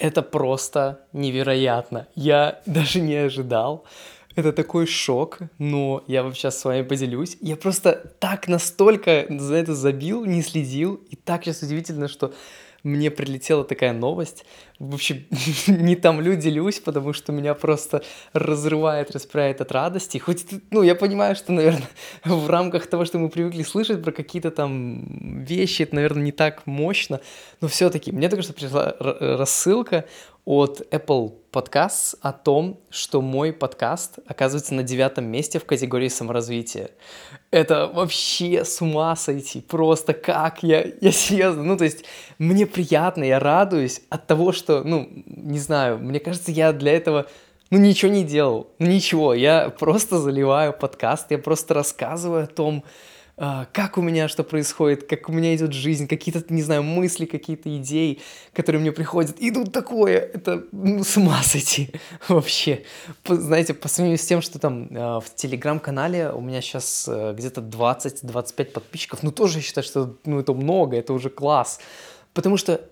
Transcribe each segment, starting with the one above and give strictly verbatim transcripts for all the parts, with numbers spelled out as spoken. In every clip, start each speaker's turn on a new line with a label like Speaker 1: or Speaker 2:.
Speaker 1: Это просто невероятно. Я даже не ожидал. Это такой шок, но я вот сейчас с вами поделюсь. Я просто так настолько за это забил, не следил, и так сейчас удивительно, что мне прилетела такая новость. В общем, не томлю, делюсь, потому что меня просто разрывает, распирает от радости. Хоть, это, ну, я понимаю, что, наверное, в рамках того, что мы привыкли слышать про какие-то там вещи, это, наверное, не так мощно, но все-таки мне только что пришла р- рассылка от Apple Podcasts о том, что мой подкаст оказывается на девятом месте в категории саморазвития. Это вообще с ума сойти, просто как я, я серьезно, ну, то есть, мне приятно, я радуюсь от того, что, ну, не знаю, мне кажется, я для этого, ну, ничего не делал, ну, ничего, я просто заливаю подкаст, я просто рассказываю о том, а, как у меня что происходит, как у меня идет жизнь, какие-то, не знаю, мысли, какие-то идеи, которые мне приходят, и тут такое, это, ну, с ума сойти вообще. По- знаете, по сравнению с тем, что там а, в телеграм-канале у меня сейчас где-то двадцать-двадцать пять подписчиков, ну, тоже я считаю, что, ну, это много, это уже класс, потому что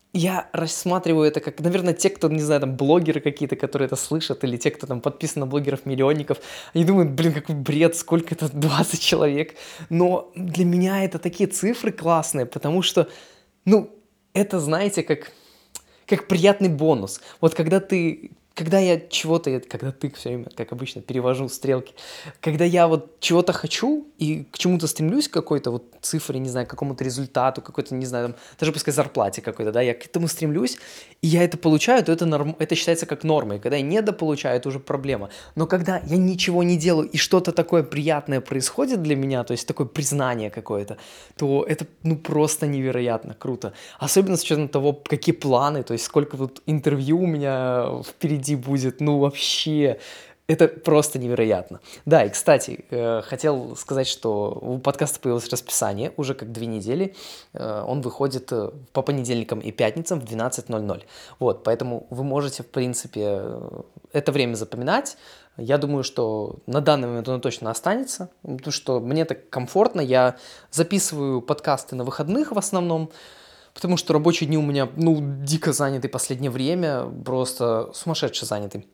Speaker 1: я рассматриваю это как, наверное, те, кто, не знаю, там, блогеры какие-то, которые это слышат, или те, кто там подписан на блогеров-миллионников, они думают, блин, какой бред, сколько это, двадцать человек. Но для меня это такие цифры классные, потому что, ну, это, знаете, как, как приятный бонус. Вот когда ты, когда я чего-то, я- когда ты все время, как обычно, перевожу стрелки, когда я вот чего-то хочу и к чему-то стремлюсь, к какой-то вот цифре, не знаю, к какому-то результату, какой-то, не знаю, там, даже пускай зарплате какой-то, да, я к этому стремлюсь, и я это получаю, то это, норм, это считается как нормой. Когда я недополучаю, это уже проблема. Но когда я ничего не делаю, и что-то такое приятное происходит для меня, то есть такое признание какое-то, то это, ну, просто невероятно круто. Особенно с учетом того, какие планы, то есть сколько вот интервью у меня впереди будет, ну, вообще, это просто невероятно. Да, и, кстати, э, хотел сказать, что у подкаста появилось расписание уже как две недели. Э, он выходит э, по понедельникам и пятницам в двенадцать ноль ноль. Вот, поэтому вы можете, в принципе, э, это время запоминать. Я думаю, что на данный момент оно точно останется, потому что мне так комфортно. Я записываю подкасты на выходных в основном, потому что рабочие дни у меня, ну, дико заняты последнее время, просто сумасшедше заняты.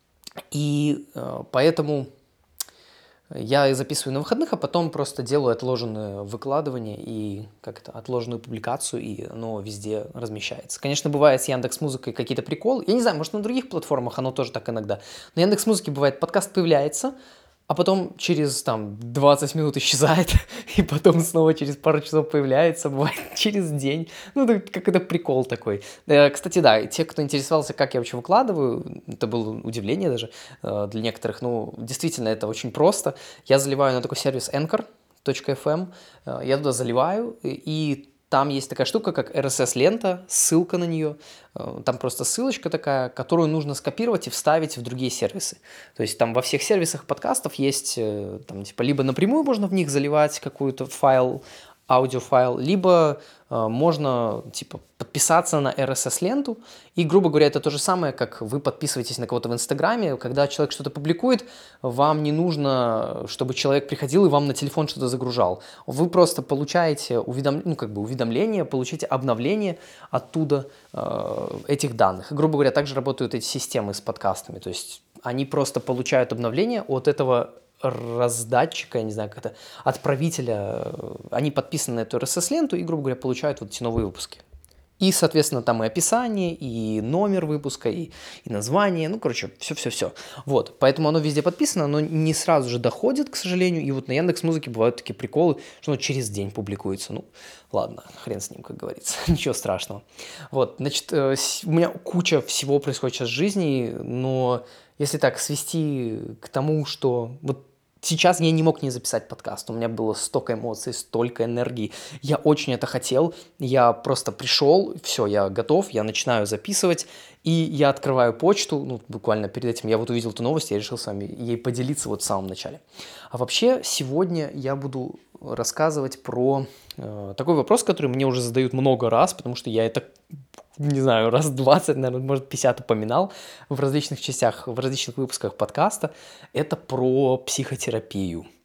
Speaker 1: И э, поэтому я и записываю на выходных, а потом просто делаю отложенное выкладывание и как это, отложенную публикацию, и оно везде размещается. Конечно, бывает с Яндекс.Музыкой какие-то приколы. Я не знаю, может, на других платформах оно тоже так иногда. На Яндекс.Музыке бывает, подкаст появляется, а потом через там двадцать минут исчезает, и потом снова через пару часов появляется, бывает через день. Ну, это как это прикол такой. Э, Кстати, да, те, кто интересовался, как я вообще выкладываю, это было удивление даже э, для некоторых. Ну, действительно, это очень просто. Я заливаю на такой сервис Anchor точка эф эм, э, я туда заливаю, и и там есть такая штука, как эр эс эс-лента, ссылка на нее. Э, Там просто ссылочка такая, которую нужно скопировать и вставить в другие сервисы. То есть там во всех сервисах подкастов есть, э, там, типа, либо напрямую можно в них заливать какой-то файл, аудиофайл, либо э, можно, типа, подписаться на эр эс эс-ленту. И, грубо говоря, это то же самое, как вы подписываетесь на кого-то в Инстаграме. Когда человек что-то публикует, вам не нужно, чтобы человек приходил и вам на телефон что-то загружал. Вы просто получаете уведом... ну, как бы уведомление, получаете обновление оттуда э, этих данных. И, грубо говоря, также работают эти системы с подкастами. То есть они просто получают обновление от этого раздатчика, я не знаю, как это, отправителя. Они подписаны на эту эр эс эс-ленту и, грубо говоря, получают вот эти новые выпуски. И, соответственно, там и описание, и номер выпуска, и, и название, ну, короче, все-все-все. Вот, поэтому оно везде подписано, оно не сразу же доходит, к сожалению, и вот на Яндекс.Музыке бывают такие приколы, что оно через день публикуется. Ну, ладно, хрен с ним, как говорится, ничего страшного. Вот, значит, э, у меня куча всего происходит сейчас в жизни, но если так свести к тому, что вот сейчас я не мог не записать подкаст. У меня было столько эмоций, столько энергии. Я очень это хотел. Я просто пришел, все, я готов, я начинаю записывать. И я открываю почту, ну, буквально перед этим я вот увидел эту новость, я решил с вами ей поделиться вот в самом начале. А вообще сегодня я буду рассказывать про э, такой вопрос, который мне уже задают много раз, потому что я это, не знаю, раз двадцать, наверное, может, пятьдесят упоминал в различных частях, в различных выпусках подкаста. Это про психотерапию.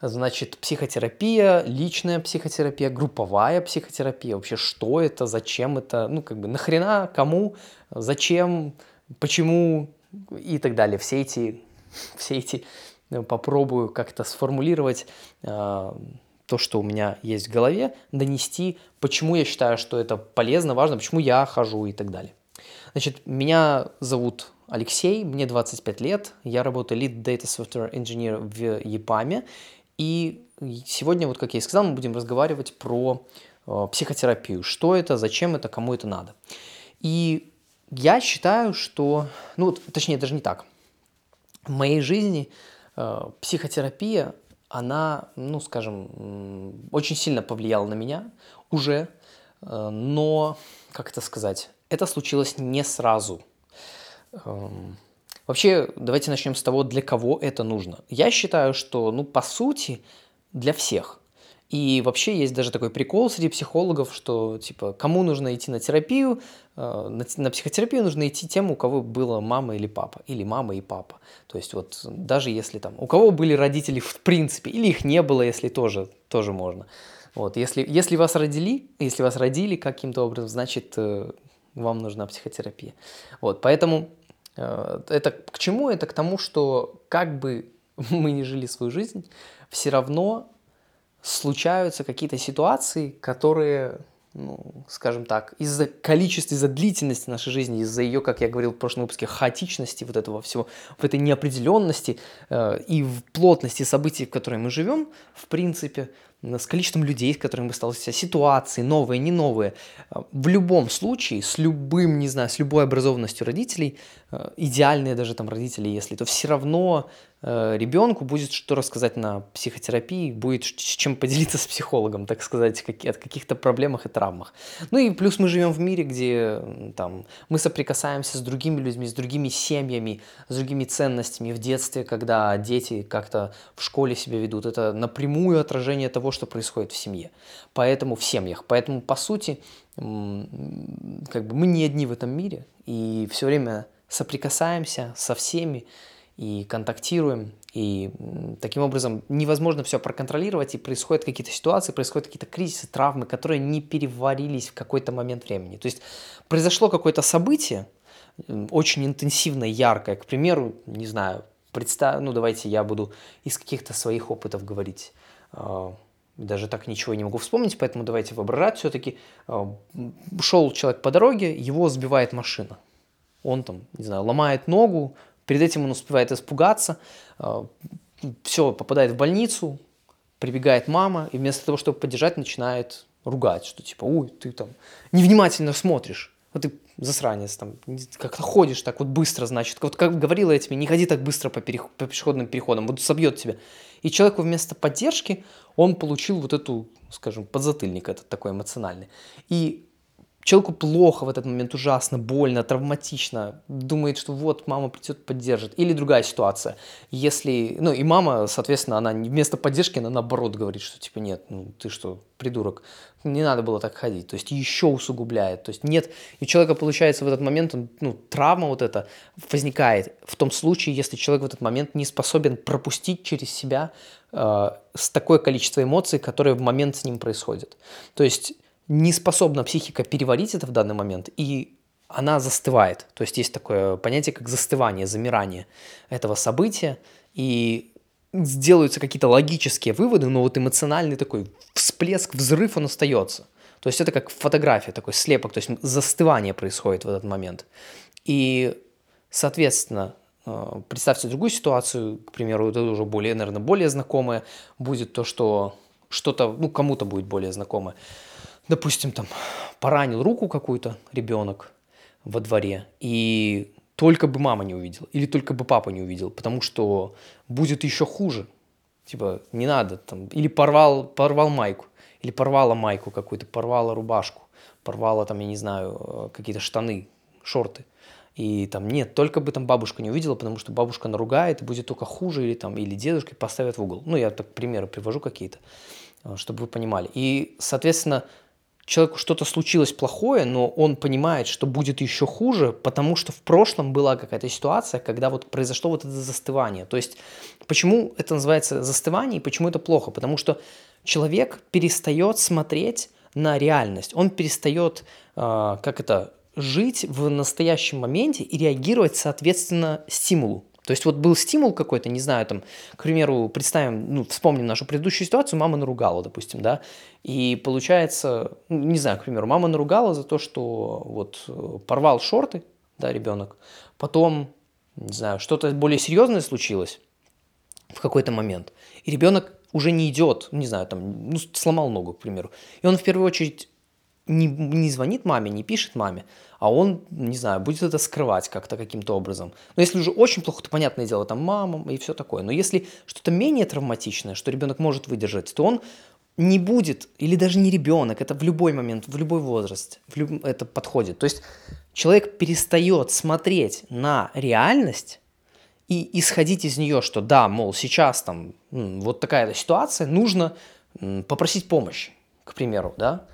Speaker 1: значит, психотерапия, личная психотерапия, групповая психотерапия. Вообще, что это, зачем это, ну, как бы, нахрена, кому, зачем, почему и так далее. Все эти, все эти попробую как-то сформулировать э, то, что у меня есть в голове, донести, почему я считаю, что это полезно, важно, почему я хожу и так далее. Значит, меня зовут Алексей, мне двадцать пять лет, я работаю Lead Data Software Engineer в ЕПАМе, и сегодня, вот как я и сказал, мы будем разговаривать про э, психотерапию, что это, зачем это, кому это надо. И я считаю, что, ну, точнее, даже не так. В моей жизни э, психотерапия, она, ну, скажем, очень сильно повлияла на меня уже, э, но, как это сказать, это случилось не сразу. Эм, Вообще, давайте начнем с того, для кого это нужно. Я считаю, что, ну, по сути, для всех. И вообще есть даже такой прикол среди психологов, что, типа, кому нужно идти на терапию, э, на, на психотерапию нужно идти тем, у кого была мама или папа, или мама и папа. То есть вот даже если там, у кого были родители в принципе, или их не было, если тоже, тоже можно. Вот, если, если вас родили, если вас родили каким-то образом, значит, э, вам нужна психотерапия. Вот, поэтому... Это к чему? Это к тому, что как бы мы ни жили свою жизнь, все равно случаются какие-то ситуации, которые, ну, скажем так, из-за количества, из-за длительности нашей жизни, из-за ее, как я говорил в прошлом выпуске, хаотичности вот этого всего, в этой неопределенности э, и в плотности событий, в которой мы живем, в принципе, с количеством людей, с которыми мы сталкиваемся, ситуации, новые, не новые. В любом случае, с любым, не знаю, с любой образованностью родителей, идеальные даже там родители, если, то все равно ребенку будет что рассказать на психотерапии, будет с чем поделиться с психологом, так сказать, от каких-то проблемах и травмах. Ну и плюс мы живем в мире, где там, мы соприкасаемся с другими людьми, с другими семьями, с другими ценностями в детстве, когда дети как-то в школе себя ведут. Это напрямую отражение того, что происходит в семье. Поэтому в семьях. Поэтому, по сути, как бы мы не одни в этом мире, и все время соприкасаемся со всеми, и контактируем, и таким образом невозможно все проконтролировать, и происходят какие-то ситуации, происходят какие-то кризисы, травмы, которые не переварились в какой-то момент времени. То есть произошло какое-то событие, очень интенсивное, яркое, к примеру, не знаю, представь, ну давайте я буду из каких-то своих опытов говорить, даже так ничего не могу вспомнить, поэтому давайте воображать все-таки. Шел человек по дороге, его сбивает машина, он там, не знаю, ломает ногу. Перед этим он успевает испугаться, все, попадает в больницу, прибегает мама, и вместо того, чтобы поддержать, начинает ругать, что типа, ой, ты там невнимательно смотришь, вот ты засранец, там, как-то ходишь так вот быстро, значит, вот как говорила я тебе, не ходи так быстро по, перех... по пешеходным переходам, вот собьет тебя. И человеку вместо поддержки он получил вот эту, скажем, подзатыльник этот такой эмоциональный. И человеку плохо в этот момент, ужасно, больно, травматично, думает, что вот мама придет, поддержит. Или другая ситуация, если, ну и мама, соответственно, она вместо поддержки, она наоборот говорит, что типа нет, ну ты что, придурок, не надо было так ходить, то есть еще усугубляет, то есть нет, и у человека получается в этот момент, ну травма вот эта возникает в том случае, если человек в этот момент не способен пропустить через себя э, с такое количество эмоций, которые в момент с ним происходят. То есть не способна психика переварить это в данный момент, и она застывает. То есть есть такое понятие, как застывание, замирание этого события, и сделаются какие-то логические выводы, но вот эмоциональный такой всплеск, взрыв, он остается. То есть это как фотография, такой слепок, то есть застывание происходит в этот момент. И, соответственно, представьте другую ситуацию, к примеру, это уже более, наверное, более знакомое будет то, что что-то, ну, кому-то будет более знакомое. Допустим, там поранил руку какую-то ребенок во дворе, и только бы мама не увидела, или только бы папа не увидел, потому что будет еще хуже. Типа, не надо, там, или порвал, порвал майку, или порвала майку какую-то, порвала рубашку, порвала, там, я не знаю, какие-то штаны, шорты. И там нет, только бы там бабушка не увидела, потому что бабушка наругает, и будет только хуже, или там, или дедушка поставят в угол. Ну, я так примеры привожу какие-то, чтобы вы понимали. И, соответственно, человеку что-то случилось плохое, но он понимает, что будет еще хуже, потому что в прошлом была какая-то ситуация, когда вот произошло вот это застывание. То есть почему это называется застывание и почему это плохо? Потому что человек перестает смотреть на реальность, он перестает, э, как это, жить в настоящем моменте и реагировать соответственно стимулу. То есть вот был стимул какой-то, не знаю, там, к примеру, представим, ну, вспомним нашу предыдущую ситуацию, мама наругала, допустим, да, и получается, ну, не знаю, к примеру, мама наругала за то, что вот э, порвал шорты, да, ребенок, потом, не знаю, что-то более серьезное случилось в какой-то момент, и ребенок уже не идет, не знаю, там, ну, сломал ногу, к примеру, и он в первую очередь не, не звонит маме, не пишет маме, а он, не знаю, будет это скрывать как-то каким-то образом. Но если уже очень плохо, то, понятное дело, там мама и все такое. Но если что-то менее травматичное, что ребенок может выдержать, то он не будет, или даже не ребенок, это в любой момент, в любой возраст, в люб... это подходит. То есть человек перестает смотреть на реальность и исходить из нее, что да, мол, сейчас там м, вот такая ситуация, нужно м, попросить помощи, к примеру, да,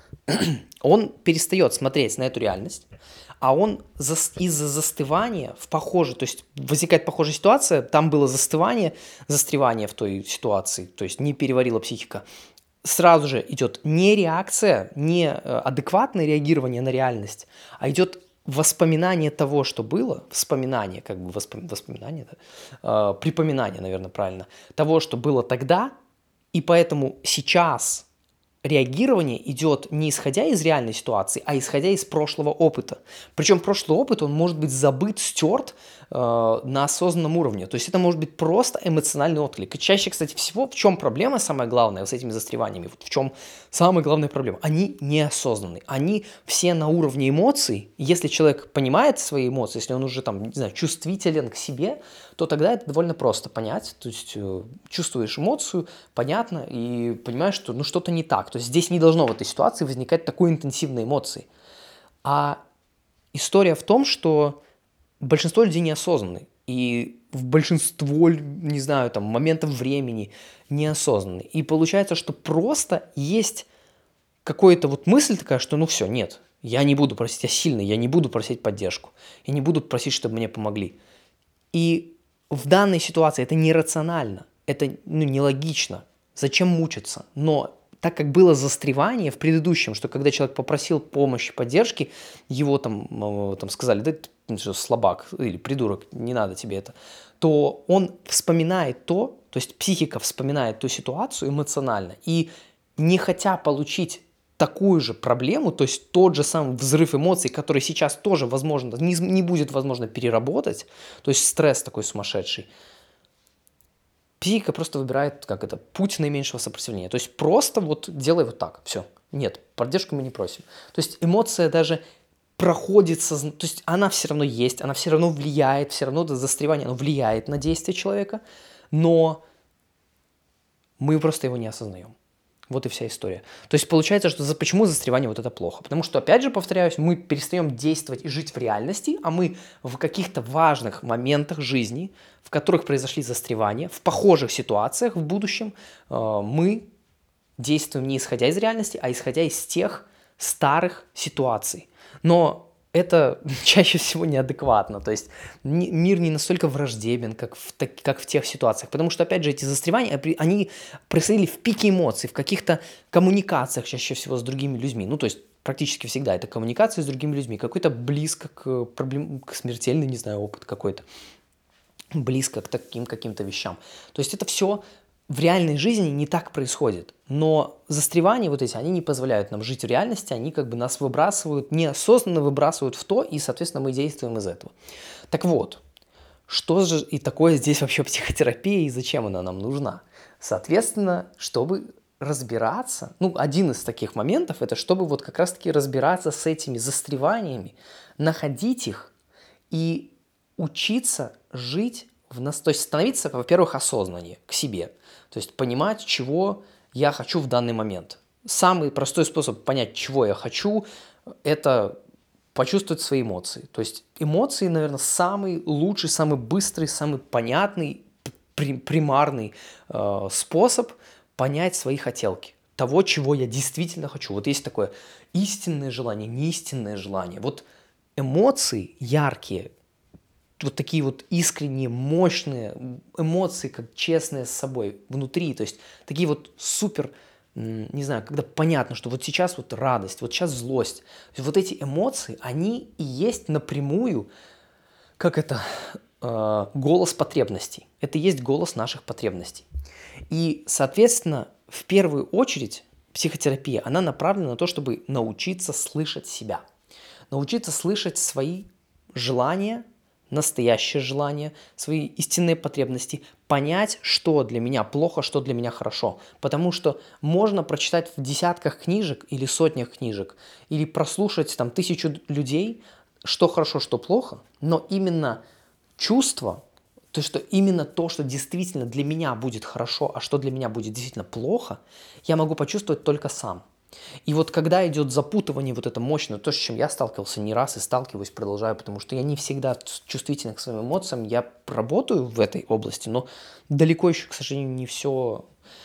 Speaker 1: он перестает смотреть на эту реальность, а он зас- из-за застывания в похожей, то есть возникает похожая ситуация, там было застывание, застревание в той ситуации, то есть не переварила психика, сразу же идет не реакция, не э, адекватное реагирование на реальность, а идет воспоминание того, что было, вспоминание, как бы воспом- воспоминание, да? Э, припоминание, наверное, правильно, того, что было тогда, и поэтому сейчас реагирование идет не исходя из реальной ситуации, а исходя из прошлого опыта. Причем прошлый опыт, он может быть забыт, стерт э, на осознанном уровне. То есть это может быть просто эмоциональный отклик. И чаще, кстати, всего, в чем проблема самая главная с этими застреваниями? Вот в чем самая главная проблема? Они неосознанные. Они все на уровне эмоций. Если человек понимает свои эмоции, если он уже там, не знаю, чувствителен к себе, то тогда это довольно просто понять. То есть э, чувствуешь эмоцию, понятно, и понимаешь, что ну что-то не так. То есть здесь не должно в этой ситуации возникать такой интенсивной эмоции. А история в том, что большинство людей неосознанны. И в большинство, не знаю, там, моментов времени неосознанны. И получается, что просто есть какая-то вот мысль такая, что ну все, нет, я не буду просить, я сильный, я не буду просить поддержку. Я не буду просить, чтобы мне помогли. И в данной ситуации это нерационально, это ну, нелогично. Зачем мучиться? Но так как было застревание в предыдущем, что когда человек попросил помощи, поддержки, его там, э, там сказали, да ты что, слабак или придурок, не надо тебе это, то он вспоминает то, то есть психика вспоминает ту ситуацию эмоционально, и не хотя получить такую же проблему, то есть тот же самый взрыв эмоций, который сейчас тоже, возможно, не, не будет возможно переработать, то есть стресс такой сумасшедший, психика просто выбирает, как это, путь наименьшего сопротивления. То есть просто вот делай вот так, все. Нет, поддержку мы не просим. То есть эмоция даже проходит, созна... то есть она все равно есть, она все равно влияет, все равно это застревание, оно влияет на действие человека, но мы просто его не осознаем. Вот и вся история. То есть получается, что за, почему застревание вот это плохо? Потому что, опять же, повторяюсь, мы перестаем действовать и жить в реальности, а мы в каких-то важных моментах жизни, в которых произошли застревания, в похожих ситуациях в будущем, э, мы действуем не исходя из реальности, а исходя из тех старых ситуаций. Но это чаще всего неадекватно, то есть не, мир не настолько враждебен, как в, так, как в тех ситуациях, потому что, опять же, эти застревания, они происходили в пике эмоций, в каких-то коммуникациях чаще всего с другими людьми, ну, то есть практически всегда это коммуникация с другими людьми, какой-то близко к, проблем, к смертельный, не знаю, опыт какой-то, близко к таким каким-то вещам, то есть это все в реальной жизни не так происходит, но застревания вот эти, они не позволяют нам жить в реальности, они как бы нас выбрасывают, неосознанно выбрасывают в то, и, соответственно, мы действуем из этого. Так вот, что же и такое здесь вообще психотерапия, и зачем она нам нужна? Соответственно, чтобы разбираться, ну, один из таких моментов, это чтобы вот как раз-таки разбираться с этими застреваниями, находить их и учиться жить в нас, то есть становиться, во-первых, осознаннее к себе, то есть понимать, чего я хочу в данный момент. Самый простой способ понять, чего я хочу, это почувствовать свои эмоции. То есть эмоции, наверное, самый лучший, самый быстрый, самый понятный, при, примарный э, способ понять свои хотелки. того, чего я действительно хочу. Вот есть такое истинное желание, неистинное желание. Вот эмоции яркие, вот такие вот искренние, мощные эмоции, как честные с собой внутри, то есть такие вот супер, не знаю, когда понятно, что вот сейчас вот радость, вот сейчас злость. Вот эти эмоции, они и есть напрямую, как это, э, голос потребностей. Это и есть голос наших потребностей. И, соответственно, в первую очередь психотерапия, она направлена на то, чтобы научиться слышать себя. Научиться слышать свои желания, настоящее желание, свои истинные потребности, понять, что для меня плохо, что для меня хорошо. Потому что можно прочитать в десятках книжек или сотнях книжек, или прослушать там тысячу людей, что хорошо, что плохо, но именно чувство, то, что именно то, что действительно для меня будет хорошо, а что для меня будет действительно плохо, я могу почувствовать только сам. И вот когда идет запутывание вот это мощное, то, с чем я сталкивался не раз и сталкиваюсь, продолжаю, потому что я не всегда чувствителен к своим эмоциям, я работаю в этой области, но далеко еще, к сожалению, не все,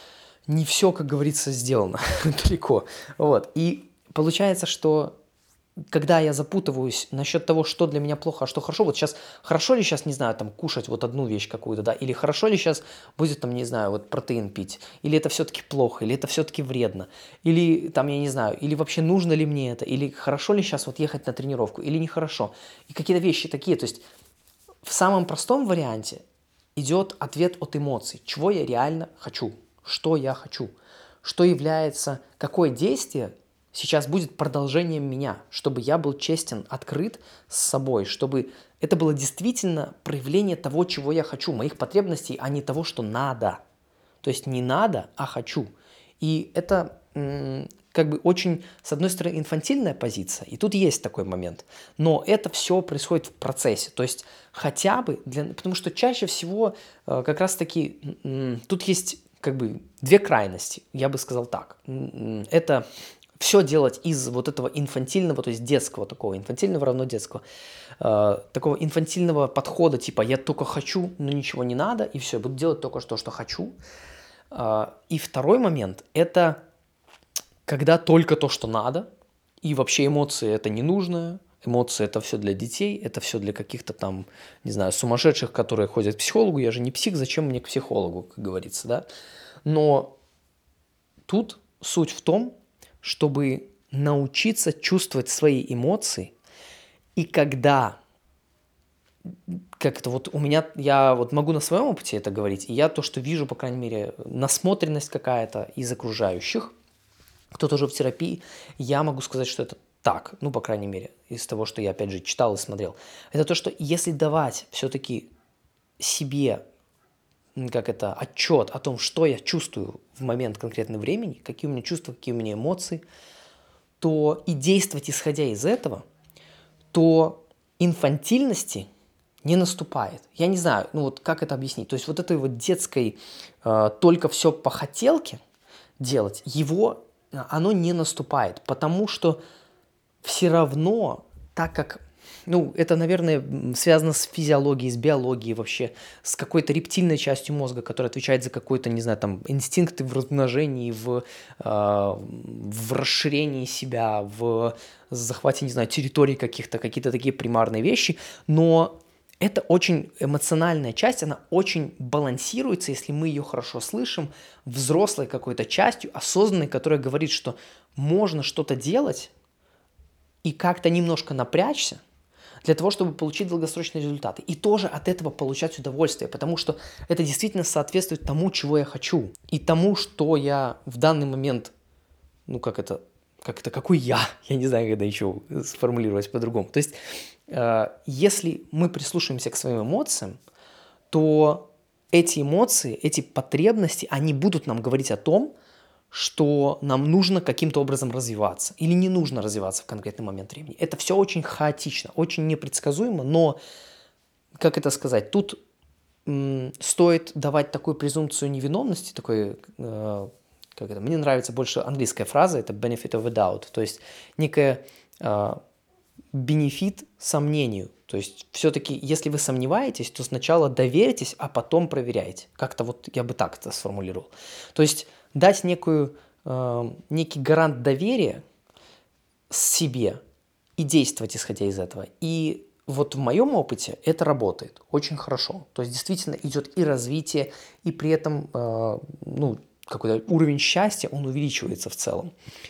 Speaker 1: не все, как говорится, сделано, далеко. Вот. И получается, что когда я запутываюсь насчет того, что для меня плохо, а что хорошо, вот сейчас, хорошо ли сейчас, не знаю, там, кушать вот одну вещь какую-то, да, или хорошо ли сейчас будет, там, не знаю, вот протеин пить, или это все-таки плохо, или это все-таки вредно, или, там, я не знаю, или вообще нужно ли мне это, или хорошо ли сейчас вот ехать на тренировку, или нехорошо, и какие-то вещи такие, то есть в самом простом варианте идет ответ от эмоций, чего я реально хочу, что я хочу, что является, какое действие сейчас будет продолжением меня, чтобы я был честен, открыт с собой, чтобы это было действительно проявление того, чего я хочу, моих потребностей, а не того, что надо. То есть не надо, а хочу. И это м- как бы очень, с одной стороны, инфантильная позиция, и тут есть такой момент, но это все происходит в процессе, то есть хотя бы, для, потому что чаще всего э, как раз-таки м- тут есть как бы две крайности, я бы сказал так. М- Это все делать из вот этого инфантильного, то есть детского такого, инфантильного равно детского, э, такого инфантильного подхода, типа я только хочу, но ничего не надо, и все, я буду делать только то, что хочу. Э, и второй момент – это когда только то, что надо, и вообще эмоции – это не нужно, эмоции – это все для детей, это все для каких-то там, не знаю, сумасшедших, которые ходят к психологу, я же не псих, зачем мне к психологу, как говорится, да? Но тут суть в том, чтобы научиться чувствовать свои эмоции, и когда, как это вот у меня, я вот могу на своем опыте это говорить, и я то, что вижу, по крайней мере, насмотренность какая-то из окружающих, кто тоже в терапии, я могу сказать, что это так, ну, по крайней мере, из того, что я, опять же, читал и смотрел, это то, что если давать все-таки себе, как это, отчет о том, что я чувствую в момент конкретного времени, какие у меня чувства, какие у меня эмоции, то и действовать исходя из этого, то инфантильности не наступает. Я не знаю, ну вот как это объяснить. То есть вот этой вот детской э, только все по хотелке делать, его, оно не наступает, потому что все равно, так как, ну, это, наверное, связано с физиологией, с биологией вообще, с какой-то рептильной частью мозга, которая отвечает за какой-то, не знаю, там, инстинкты в размножении, в, э, в расширении себя, в захвате, не знаю, территорий каких-то, какие-то такие примарные вещи, но это очень эмоциональная часть, она очень балансируется, если мы ее хорошо слышим, взрослой какой-то частью, осознанной, которая говорит, что можно что-то делать, и как-то немножко напрячься для того, чтобы получить долгосрочные результаты. И тоже от этого получать удовольствие, потому что это действительно соответствует тому, чего я хочу. И тому, что я в данный момент, ну как это, как это, какой я, я не знаю, как это еще сформулировать по-другому. То есть, э, если мы прислушаемся к своим эмоциям, то эти эмоции, эти потребности, они будут нам говорить о том, что нам нужно каким-то образом развиваться или не нужно развиваться в конкретный момент времени. Это все очень хаотично, очень непредсказуемо, но, как это сказать, тут м, стоит давать такую презумпцию невиновности, такой, э, как это, мне нравится больше английская фраза, это benefit of a doubt, то есть некая э, бенефит сомнению. То есть все-таки, если вы сомневаетесь, то сначала доверьтесь, а потом проверяйте. Как-то вот я бы так это сформулировал. То есть дать некую э, некий гарант доверия себе и действовать исходя из этого. И вот в моем опыте это работает очень хорошо. То есть действительно идет и развитие, и при этом э, ну, какой-то уровень счастья, он увеличивается в целом.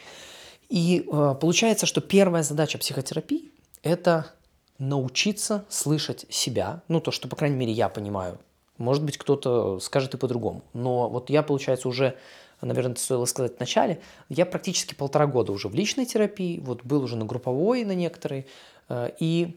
Speaker 1: И э, получается, что первая задача психотерапии – это научиться слышать себя. Ну, то, что, по крайней мере, я понимаю. Может быть, кто-то скажет и по-другому. Но вот я, получается, уже, наверное, это стоило сказать в начале, я практически полтора года уже в личной терапии, вот был уже на групповой, на некоторые, э, и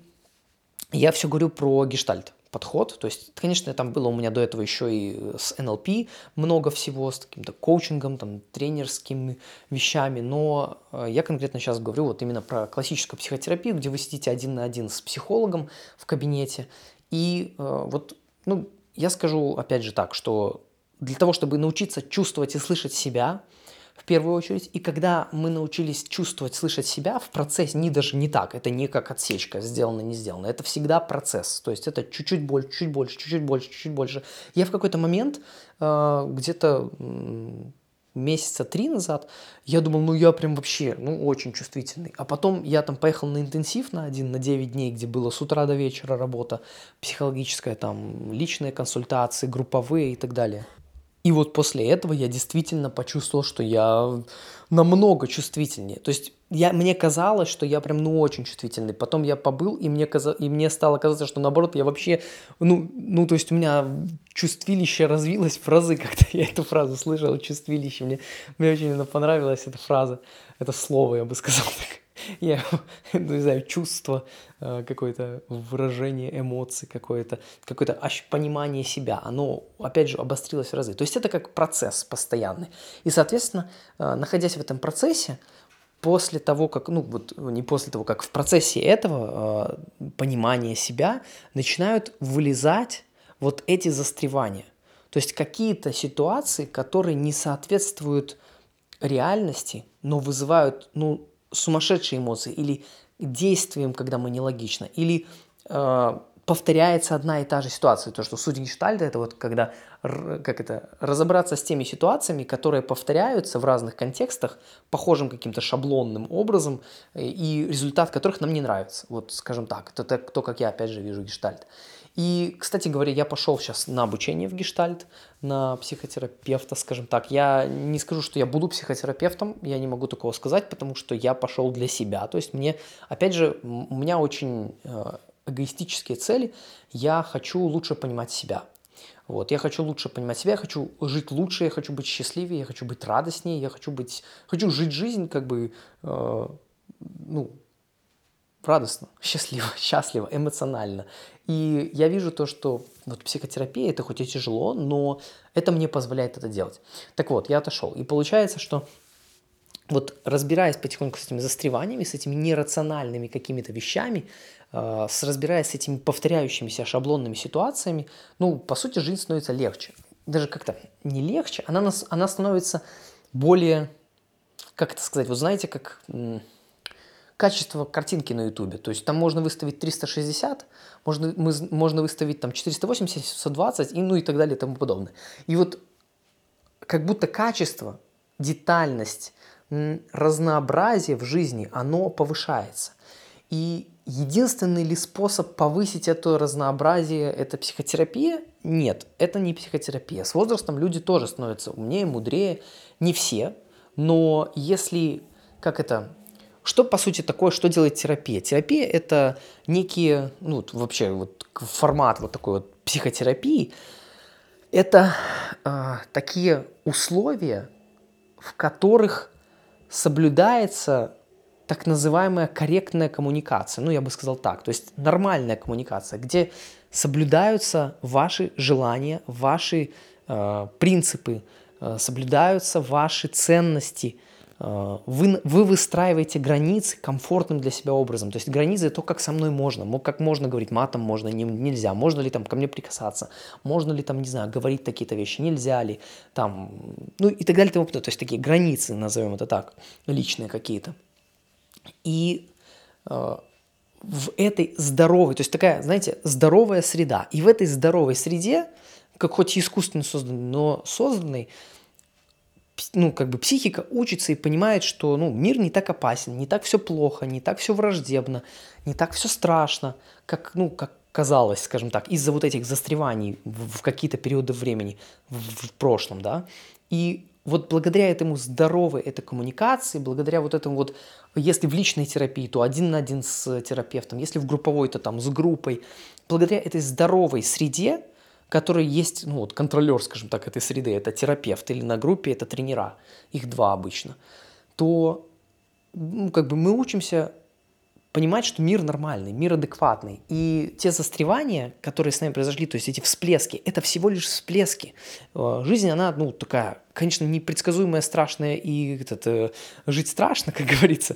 Speaker 1: я все говорю про гештальт подход. То есть, конечно, там было у меня до этого еще и с эн эл пи много всего, с каким-то коучингом, там, тренерскими вещами, но я конкретно сейчас говорю вот именно про классическую психотерапию, где вы сидите один на один с психологом в кабинете. И вот, ну, я скажу опять же так, что для того, чтобы научиться чувствовать и слышать себя, в первую очередь. И когда мы научились чувствовать, слышать себя в процессе, не даже не так, это не как отсечка, сделано, не сделано, это всегда процесс. То есть это чуть-чуть больше, чуть больше, чуть-чуть больше, чуть-чуть больше. Я в какой-то момент, э, где-то э, месяца три назад, я думал, ну я прям вообще, ну очень чувствительный. А потом я там поехал на интенсив на один, на девять дней, где было с утра до вечера работа психологическая, там личные консультации, групповые и так далее. И вот после этого я действительно почувствовал, что я намного чувствительнее. То есть я, мне казалось, что я прям ну очень чувствительный. Потом я побыл, и мне, каза, и мне стало казаться, что наоборот я вообще... Ну, ну, то есть у меня чувствилище развилось в разы, когда я эту фразу слышал, чувствилище. Мне, мне очень понравилась эта фраза, это слово, я бы сказал так. Я, ну, не знаю, чувство, какое-то выражение эмоций, какое-то, какое-то понимание себя, оно, опять же, обострилось в разы. То есть это как процесс постоянный. И, соответственно, находясь в этом процессе, после того, как, ну, вот не после того, как в процессе этого понимания себя начинают вылезать вот эти застревания. То есть какие-то ситуации, которые не соответствуют реальности, но вызывают, ну, сумасшедшие эмоции, или действием, когда мы нелогично, или э, повторяется одна и та же ситуация. То, что суть гештальта – это вот когда как это, разобраться с теми ситуациями, которые повторяются в разных контекстах, похожим каким-то шаблонным образом, и результат которых нам не нравится. Вот, скажем так, это то, как я, опять же, вижу гештальт. И, кстати говоря, я пошел сейчас на обучение в гештальт, на психотерапевта, скажем так. Я не скажу, что я буду психотерапевтом, я не могу такого сказать, потому что я пошел для себя. То есть мне, опять же, у меня очень эгоистические цели. Я хочу лучше понимать себя. Вот, я хочу лучше понимать себя, я хочу жить лучше, я хочу быть счастливее, я хочу быть радостнее, я хочу быть, хочу жить жизнь как бы, э, ну, радостно, счастливо, счастливо, эмоционально. И я вижу то, что вот психотерапия, это хоть и тяжело, но это мне позволяет это делать. Так вот, я отошел. И получается, что вот разбираясь потихоньку с этими застреваниями, с этими нерациональными какими-то вещами, э, с, разбираясь с этими повторяющимися шаблонными ситуациями, ну, по сути, жизнь становится легче. Даже как-то не легче, она, нас, она становится более, как это сказать, вот знаете, как... качество картинки на ютубе. То есть там можно выставить триста шестьдесят, можно, мы, можно выставить там четыреста восемьдесят, сто двадцать, и, ну и так далее и тому подобное. И вот как будто качество, детальность, разнообразие в жизни, оно повышается. И единственный ли способ повысить это разнообразие – это психотерапия? Нет, это не психотерапия. С возрастом люди тоже становятся умнее, мудрее. Не все, но если, как это… Что, по сути, такое, что делает терапия? Терапия – это некие, ну, вообще, вот формат вот такой вот психотерапии. Это э, такие условия, в которых соблюдается так называемая корректная коммуникация. Ну, я бы сказал так. То есть нормальная коммуникация, где соблюдаются ваши желания, ваши э, принципы, э, соблюдаются ваши ценности. Вы, вы выстраиваете границы комфортным для себя образом. То есть границы – это то, как со мной можно. Как можно говорить матом, можно, не, нельзя. Можно ли там ко мне прикасаться? Можно ли там, не знаю, говорить такие-то вещи? Нельзя ли? Там, ну и так далее. И тому подобное. То есть такие границы, назовем это так, личные какие-то. И э, в этой здоровой, то есть такая, знаете, здоровая среда. И в этой здоровой среде, как хоть и искусственно созданной, но созданной, ну, как бы психика учится и понимает, что, ну, мир не так опасен, не так все плохо, не так все враждебно, не так все страшно, как, ну, как казалось, скажем так, из-за вот этих застреваний в, в какие-то периоды времени в, в прошлом, да. И вот благодаря этому здоровой этой коммуникации, благодаря вот этому вот, если в личной терапии, то один на один с терапевтом, если в групповой, то там с группой, благодаря этой здоровой среде, который есть, ну вот контролер, скажем так, этой среды, это терапевт, или на группе это тренера, их два обычно, то, ну, как бы мы учимся понимать, что мир нормальный, мир адекватный. И те застревания, которые с нами произошли, то есть эти всплески, это всего лишь всплески. Э, Жизнь, она, ну, такая, конечно, непредсказуемая, страшная, и этот, э, жить страшно, как говорится,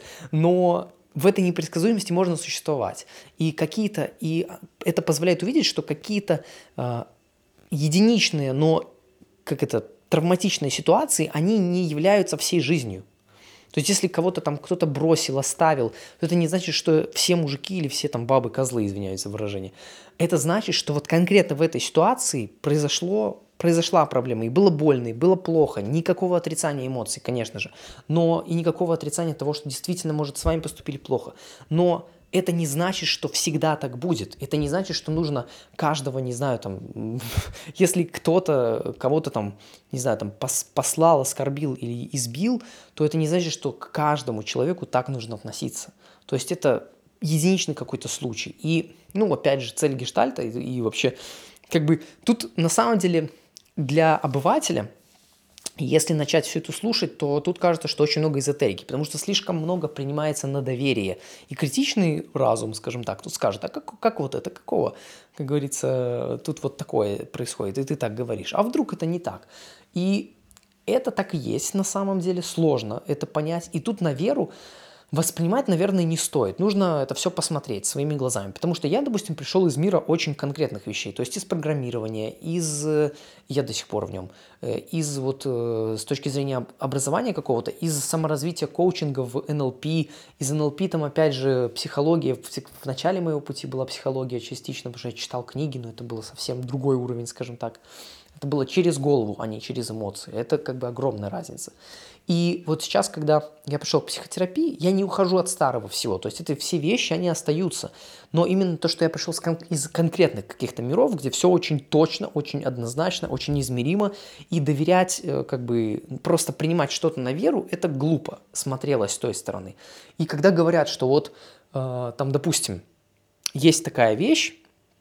Speaker 1: но в этой непредсказуемости можно существовать. И какие-то, и это позволяет увидеть, что какие-то э, единичные, но как это, травматичные ситуации, они не являются всей жизнью. То есть если кого-то там кто-то бросил, оставил, то это не значит, что все мужики или все там бабы козлы, извиняюсь за выражение. Это значит, что вот конкретно в этой ситуации произошло, произошла проблема, и было больно, и было плохо, никакого отрицания эмоций, конечно же, но и никакого отрицания того, что действительно, может, с вами поступили плохо. Но это не значит, что всегда так будет. Это не значит, что нужно каждого, не знаю, там, если кто-то кого-то там, не знаю, там пос- послал, оскорбил или избил, то это не значит, что к каждому человеку так нужно относиться. То есть это единичный какой-то случай. И, ну, опять же, цель гештальта и, и вообще, как бы, тут на самом деле для обывателя, если начать все это слушать, то тут кажется, что очень много эзотерики, потому что слишком много принимается на доверие. И критичный разум, скажем так, тут скажет, а как, как вот это, какого, как говорится, тут вот такое происходит, и ты так говоришь. А вдруг это не так? И это так и есть на самом деле, сложно это понять. И тут на веру воспринимать, наверное, не стоит. Нужно это все посмотреть своими глазами. Потому что я, допустим, пришел из мира очень конкретных вещей. То есть из программирования, из... Я до сих пор в нем. Из вот с точки зрения образования какого-то, из саморазвития коучинга в эн эл пи, из эн эл пи там опять же психология. В начале моего пути была психология частично, потому что я читал книги, но это было совсем другой уровень, скажем так. Это было через голову, а не через эмоции. Это как бы огромная разница. И вот сейчас, когда я пришел к психотерапии, я не ухожу от старого всего. То есть это все вещи, они остаются. Но именно то, что я пришел из конкретных каких-то миров, где все очень точно, очень однозначно, очень измеримо, и доверять, как бы просто принимать что-то на веру, это глупо смотрелось с той стороны. И когда говорят, что вот там, допустим, есть такая вещь,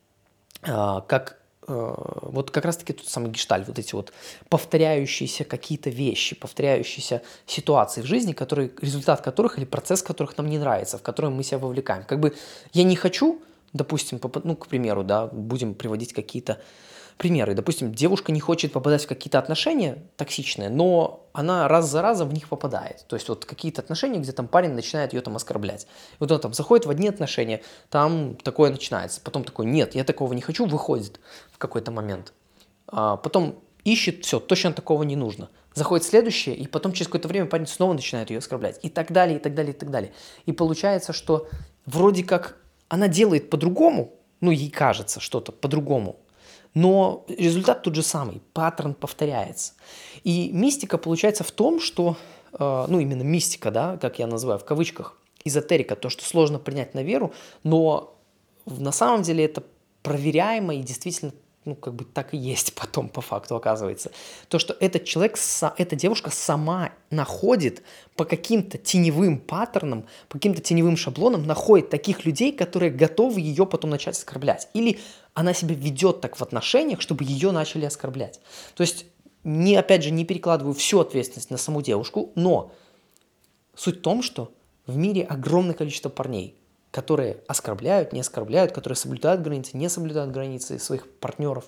Speaker 1: как вот как раз-таки тот самый гештальт, вот эти вот повторяющиеся какие-то вещи, повторяющиеся ситуации в жизни, которые, результат которых или процесс которых нам не нравится, в которые мы себя вовлекаем. Как бы я не хочу, допустим, поп- ну, к примеру, да, будем приводить какие-то примеры. Допустим, девушка не хочет попадать в какие-то отношения токсичные, но она раз за разом в них попадает. То есть вот какие-то отношения, где там парень начинает ее там оскорблять. И вот он там заходит в одни отношения, там такое начинается. Потом такой, нет, я такого не хочу, выходит в какой-то момент. А потом ищет, все, точно такого не нужно. Заходит следующее, и потом через какое-то время парень снова начинает ее оскорблять. И так далее, и так далее, и так далее. И получается, что вроде как она делает по-другому, ну ей кажется что-то по-другому, но результат тот же самый, паттерн повторяется. И мистика получается в том, что, э, ну именно мистика, да, как я называю в кавычках, эзотерика, то, что сложно принять на веру, но на самом деле это проверяемо и действительно, ну как бы так и есть потом по факту оказывается. То, что этот человек, эта девушка сама находит по каким-то теневым паттернам, по каким-то теневым шаблонам, находит таких людей, которые готовы ее потом начать оскорблять. Или она себя ведет так в отношениях, чтобы ее начали оскорблять. То есть, не, опять же, не перекладываю всю ответственность на саму девушку, но суть в том, что в мире огромное количество парней, которые оскорбляют, не оскорбляют, которые соблюдают границы, не соблюдают границы своих партнеров.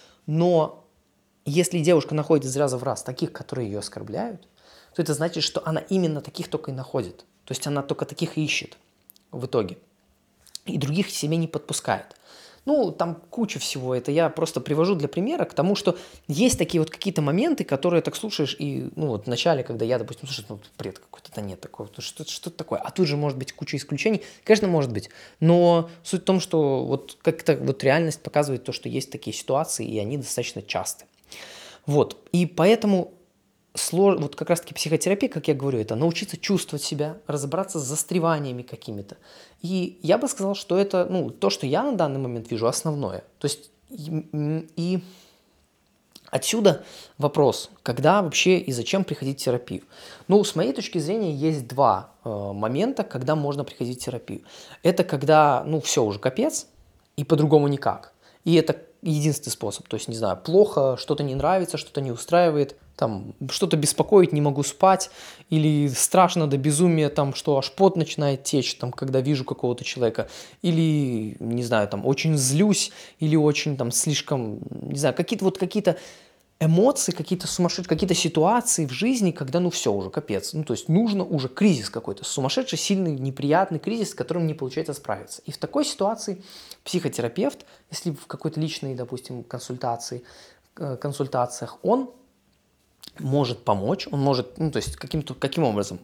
Speaker 1: Но если девушка находит из раза в раз таких, которые ее оскорбляют, то это значит, что она именно таких только и находит. То есть она только таких и ищет в итоге. И других к себе не подпускает. Ну, там куча всего. Это я просто привожу для примера к тому, что есть такие вот какие-то моменты, которые так слушаешь, и, ну, вот в начале, когда я, допустим, слушаю, ну, бред какой-то, да нет такого, что, что-то такое. А тут же может быть куча исключений. Конечно, может быть. Но суть в том, что вот как-то вот реальность показывает то, что есть такие ситуации, и они достаточно часты. Вот. И поэтому слож... вот как раз-таки психотерапия, как я говорю, это научиться чувствовать себя, разобраться с застреваниями какими-то. И я бы сказал, что это, ну, то, что я на данный момент вижу, основное. То есть и, и отсюда вопрос, когда вообще и зачем приходить в терапию. Ну, с моей точки зрения, есть два э, момента, когда можно приходить в терапию. Это когда, ну, все уже капец, и по-другому никак. И это единственный способ. То есть, не знаю, плохо, что-то не нравится, что-то не устраивает, там, что-то беспокоит, не могу спать, или страшно до безумия, там, что аж пот начинает течь, там, когда вижу какого-то человека, или, не знаю, там, очень злюсь, или очень, там, слишком, не знаю, какие-то вот какие-то эмоции, какие-то сумасшедшие, какие-то ситуации в жизни, когда, ну, все, уже капец. Ну, то есть нужно уже кризис какой-то, сумасшедший, сильный, неприятный кризис, с которым не получается справиться. И в такой ситуации психотерапевт, если в какой-то личной, допустим, консультации, консультациях, он может помочь, он может, ну, то есть каким-то, каким образом?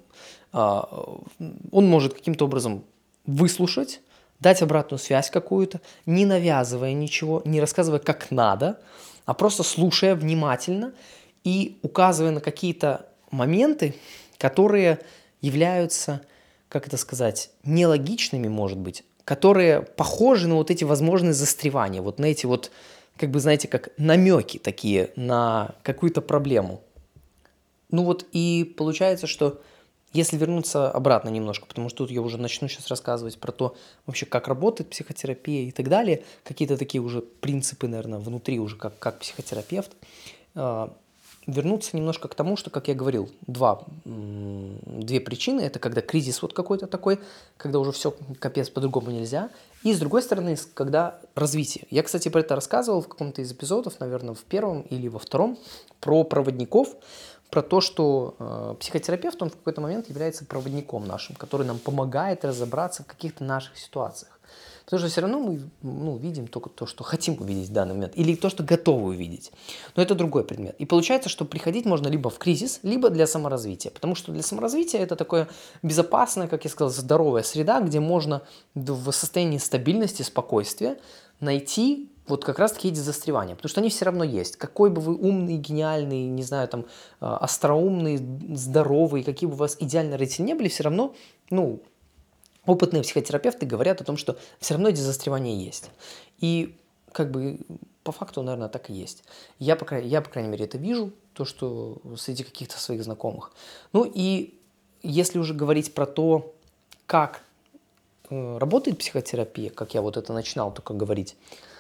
Speaker 1: Он может каким-то образом выслушать, дать обратную связь какую-то, не навязывая ничего, не рассказывая, как надо, а просто слушая внимательно и указывая на какие-то моменты, которые являются, как это сказать, нелогичными, может быть, которые похожи на вот эти возможные застревания, вот на эти вот, как бы, знаете, как намеки такие на какую-то проблему. Ну вот и получается, что если вернуться обратно немножко, потому что тут я уже начну сейчас рассказывать про то, вообще, как работает психотерапия и так далее, какие-то такие уже принципы, наверное, внутри уже как, как психотерапевт, э, вернуться немножко к тому, что, как я говорил, два, м, две причины. Это когда кризис вот какой-то такой, когда уже все капец, по-другому нельзя. И с другой стороны, когда развитие. Я, кстати, про это рассказывал в каком-то из эпизодов, наверное, в первом или во втором, про проводников, про то, что э, психотерапевт, он в какой-то момент является проводником нашим, который нам помогает разобраться в каких-то наших ситуациях. Потому что все равно мы, ну, видим только то, что хотим увидеть в данный момент, или то, что готовы увидеть. Но это другой предмет. И получается, что приходить можно либо в кризис, либо для саморазвития. Потому что для саморазвития это такое безопасная, как я сказал, здоровая среда, где можно в состоянии стабильности, спокойствия найти вот как раз-таки эти застревания, потому что они все равно есть. Какой бы вы умный, гениальный, не знаю, там, остроумный, здоровый, какие бы у вас идеальные родители не были, все равно, ну, опытные психотерапевты говорят о том, что все равно эти застревания есть. И как бы по факту, наверное, так и есть. Я, по, я, по крайней мере, это вижу, то, что среди каких-то своих знакомых. Ну и если уже говорить про то, как э, работает психотерапия, как я вот это начинал только говорить,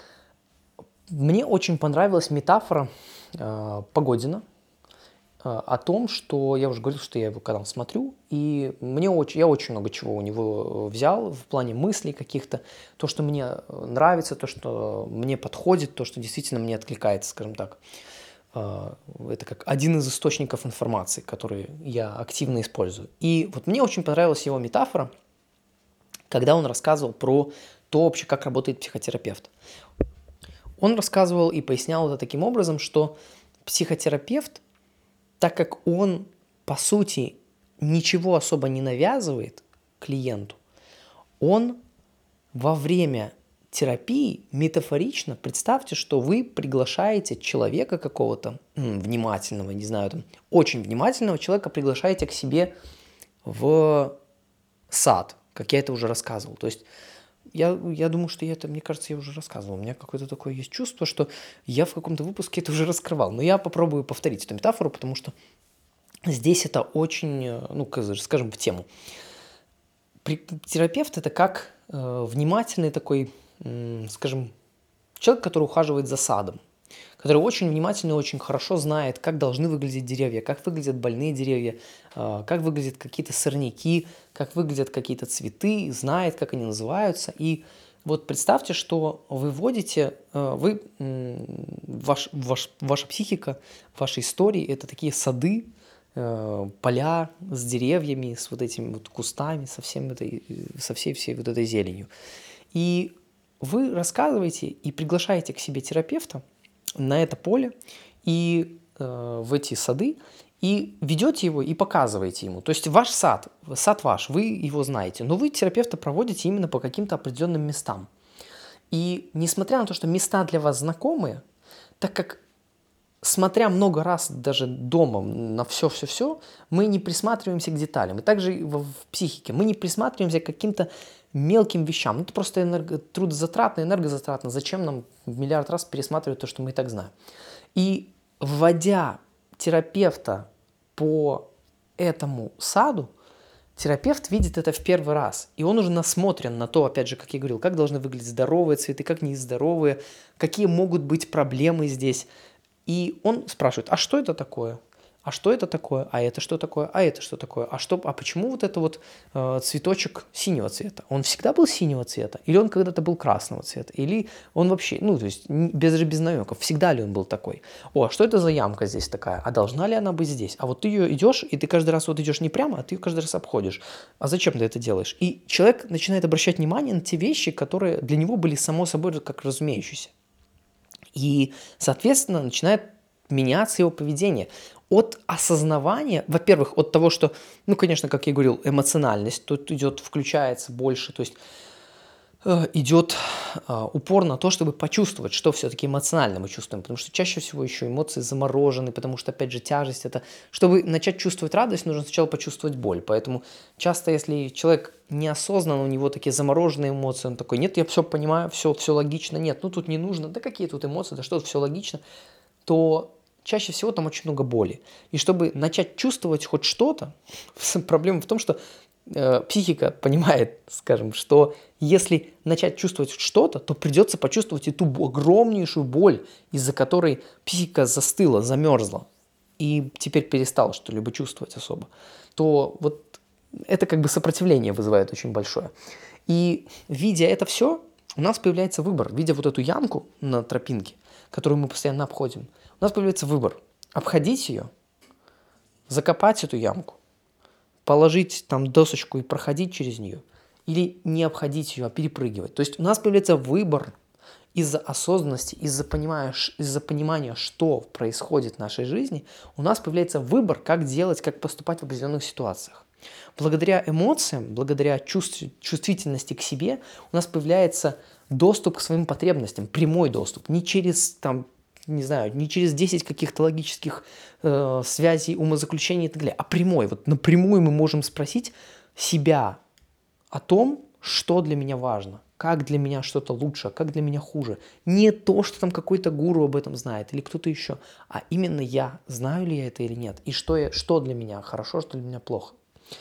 Speaker 1: мне очень понравилась метафора э, Погодина э, о том, что я уже говорил, что я его канал смотрю, и мне очень, я очень много чего у него взял в плане мыслей каких-то, то, что мне нравится, то, что мне подходит, то, что действительно мне откликается, скажем так. Э, это как один из источников информации, который я активно использую. И вот мне очень понравилась его метафора, когда он рассказывал про то вообще, как работает психотерапевт. Он рассказывал и пояснял это таким образом, что психотерапевт, так как он, по сути, ничего особо не навязывает клиенту, он во время терапии метафорично, представьте, что вы приглашаете человека какого-то м, внимательного, не знаю, там, очень внимательного человека приглашаете к себе в сад, как я это уже рассказывал. То есть Я, я думаю, что я это, мне кажется, я уже рассказывал. У меня какое-то такое есть чувство, что я в каком-то выпуске это уже раскрывал. Но я попробую повторить эту метафору, потому что здесь это очень, ну, скажем, в тему. Терапевт – это как э, внимательный такой, э, скажем, человек, который ухаживает за садом, который очень внимательно и очень хорошо знает, как должны выглядеть деревья, как выглядят больные деревья, как выглядят какие-то сорняки, как выглядят какие-то цветы, знает, как они называются. И вот представьте, что вы вводите, вы, ваш, ваш, ваша психика, ваши истории – это такие сады, поля с деревьями, с вот этими вот кустами, со, всем этой, со всей, всей вот этой зеленью. И вы рассказываете и приглашаете к себе терапевта на это поле и э, в эти сады, и ведете его и показываете ему. То есть ваш сад, сад ваш, вы его знаете, но вы терапевта проводите именно по каким-то определенным местам. И несмотря на то, что места для вас знакомые, так как смотря много раз даже дома на все-все-все, мы не присматриваемся к деталям. И также и в, в психике мы не присматриваемся к каким-то мелким вещам. Ну, это просто энерго, трудозатратно, энергозатратно. Зачем нам в миллиард раз пересматривать то, что мы и так знаем? И вводя терапевта по этому саду, терапевт видит это в первый раз, и он уже насмотрен на то, опять же, как я говорил, как должны выглядеть здоровые цветы, как нездоровые, какие могут быть проблемы здесь. И он спрашивает, а что это такое? А что это такое? А это что такое? А это что такое? А, что, а почему вот это вот э, цветочек синего цвета? Он всегда был синего цвета? Или он когда-то был красного цвета? Или он вообще, ну, то есть без, без намеков, всегда ли он был такой? О, а что это за ямка здесь такая? А должна ли она быть здесь? А вот ты ее идешь, и ты каждый раз вот идешь не прямо, а ты ее каждый раз обходишь. А зачем ты это делаешь? И человек начинает обращать внимание на те вещи, которые для него были само собой как разумеющиеся. И, соответственно, начинает меняться его поведение. От осознавания, во-первых, от того, что, ну, конечно, как я говорил, эмоциональность тут идет, включается больше, то есть э, идет э, упор на то, чтобы почувствовать, что все-таки эмоционально мы чувствуем, потому что чаще всего еще эмоции заморожены, потому что, опять же, тяжесть это... Чтобы начать чувствовать радость, нужно сначала почувствовать боль, поэтому часто, если человек неосознанно, у него такие замороженные эмоции, он такой, нет, я все понимаю, все, все логично, нет, ну тут не нужно, да какие тут эмоции, да что тут все логично, то чаще всего там очень много боли. И чтобы начать чувствовать хоть что-то, проблема в том, что э, психика понимает, скажем, что если начать чувствовать что-то, то придется почувствовать эту огромнейшую боль, из-за которой психика застыла, замерзла, и теперь перестала что-либо чувствовать особо, то вот это как бы сопротивление вызывает очень большое. И видя это все, у нас появляется выбор. Видя вот эту ямку на тропинке, которую мы постоянно обходим, у нас появляется выбор. Обходить ее, закопать эту ямку, положить там досочку и проходить через нее, или не обходить ее, а перепрыгивать. То есть у нас появляется выбор из-за осознанности, из-за понимания, из-за понимания, что происходит в нашей жизни, у нас появляется выбор, как делать, как поступать в определенных ситуациях. Благодаря эмоциям, благодаря чувств, чувствительности к себе у нас появляется доступ к своим потребностям, прямой доступ, не через, там, не знаю, не через десять каких-то логических э, связей, умозаключений и так далее, а прямой. Вот напрямую мы можем спросить себя о том, что для меня важно, как для меня что-то лучше, как для меня хуже. Не то, что там какой-то гуру об этом знает или кто-то еще, а именно я, знаю ли я это или нет, и что, я, что для меня хорошо, что для меня плохо.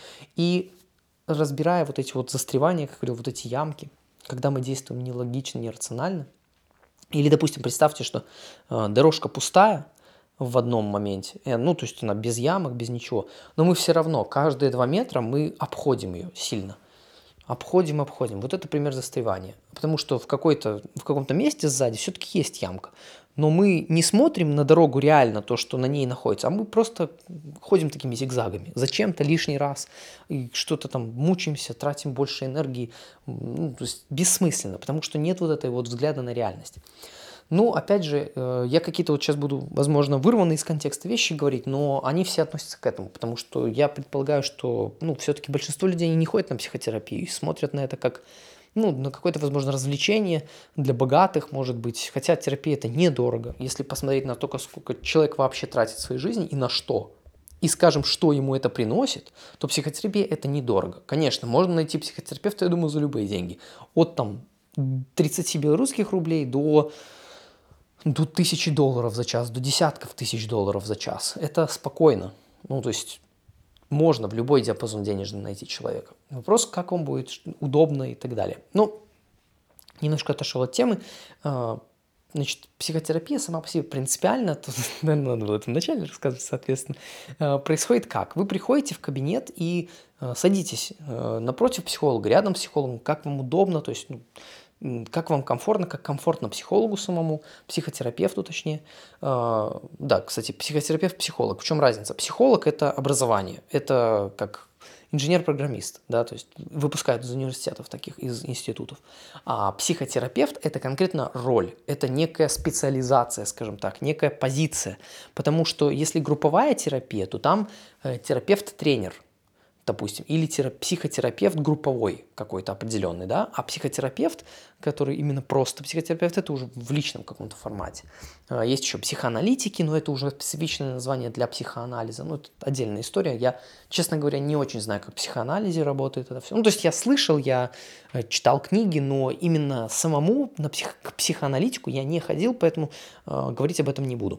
Speaker 1: И разбирая вот эти вот застревания, как я говорил, вот эти ямки, когда мы действуем нелогично, нерационально, или, допустим, представьте, что э, дорожка пустая в одном моменте, э, ну, то есть она без ямок, без ничего, но мы все равно каждые два метра мы обходим ее сильно. Обходим, обходим. Вот это пример застревания. Потому что в, какой-то, в каком-то месте сзади все-таки есть ямка. Но мы не смотрим на дорогу реально, то, что на ней находится, а мы просто ходим такими зигзагами. Зачем-то лишний раз и что-то там мучаемся, тратим больше энергии. Ну, то есть бессмысленно, потому что нет вот этой вот взгляда на реальность. Ну, опять же, я какие-то вот сейчас буду, возможно, вырванные из контекста вещи говорить, но они все относятся к этому, потому что я предполагаю, что, ну, все-таки большинство людей не ходят на психотерапию и смотрят на это как, ну, на какое-то, возможно, развлечение для богатых, может быть, хотя терапия это недорого, если посмотреть на то, сколько человек вообще тратит в своей жизни и на что, и скажем, что ему это приносит, то психотерапия это недорого. Конечно, можно найти психотерапевта, я думаю, за любые деньги, от там тридцати белорусских рублей до... до тысячи долларов за час, до десятков тысяч долларов за час. Это спокойно. Ну, то есть можно в любой диапазон денежный найти человека. Вопрос, как вам будет удобно и так далее. Ну, немножко отошел от темы. Значит, психотерапия сама по себе принципиально, тут, наверное, надо было это вначале рассказывать, соответственно, происходит как? Вы приходите в кабинет и садитесь напротив психолога, рядом с психологом, как вам удобно, то есть, ну, как вам комфортно, как комфортно психологу самому, психотерапевту точнее. Да, кстати, психотерапевт-психолог. В чем разница? Психолог – это образование, это как инженер-программист, да, то есть выпускают из университетов таких, из институтов. А психотерапевт – это конкретно роль, это некая специализация, скажем так, некая позиция. Потому что если групповая терапия, то там терапевт-тренер. допустим, или тера- психотерапевт групповой какой-то определенный, да, а психотерапевт, который именно просто психотерапевт, это уже в личном каком-то формате. А, Есть еще психоаналитики, но это уже специфичное название для психоанализа, ну, это отдельная история. Я, честно говоря, не очень знаю, как в психоанализе работает это все. Ну, то есть я слышал, я э, читал книги, но именно самому на псих- к психоаналитику я не ходил, поэтому э, говорить об этом не буду.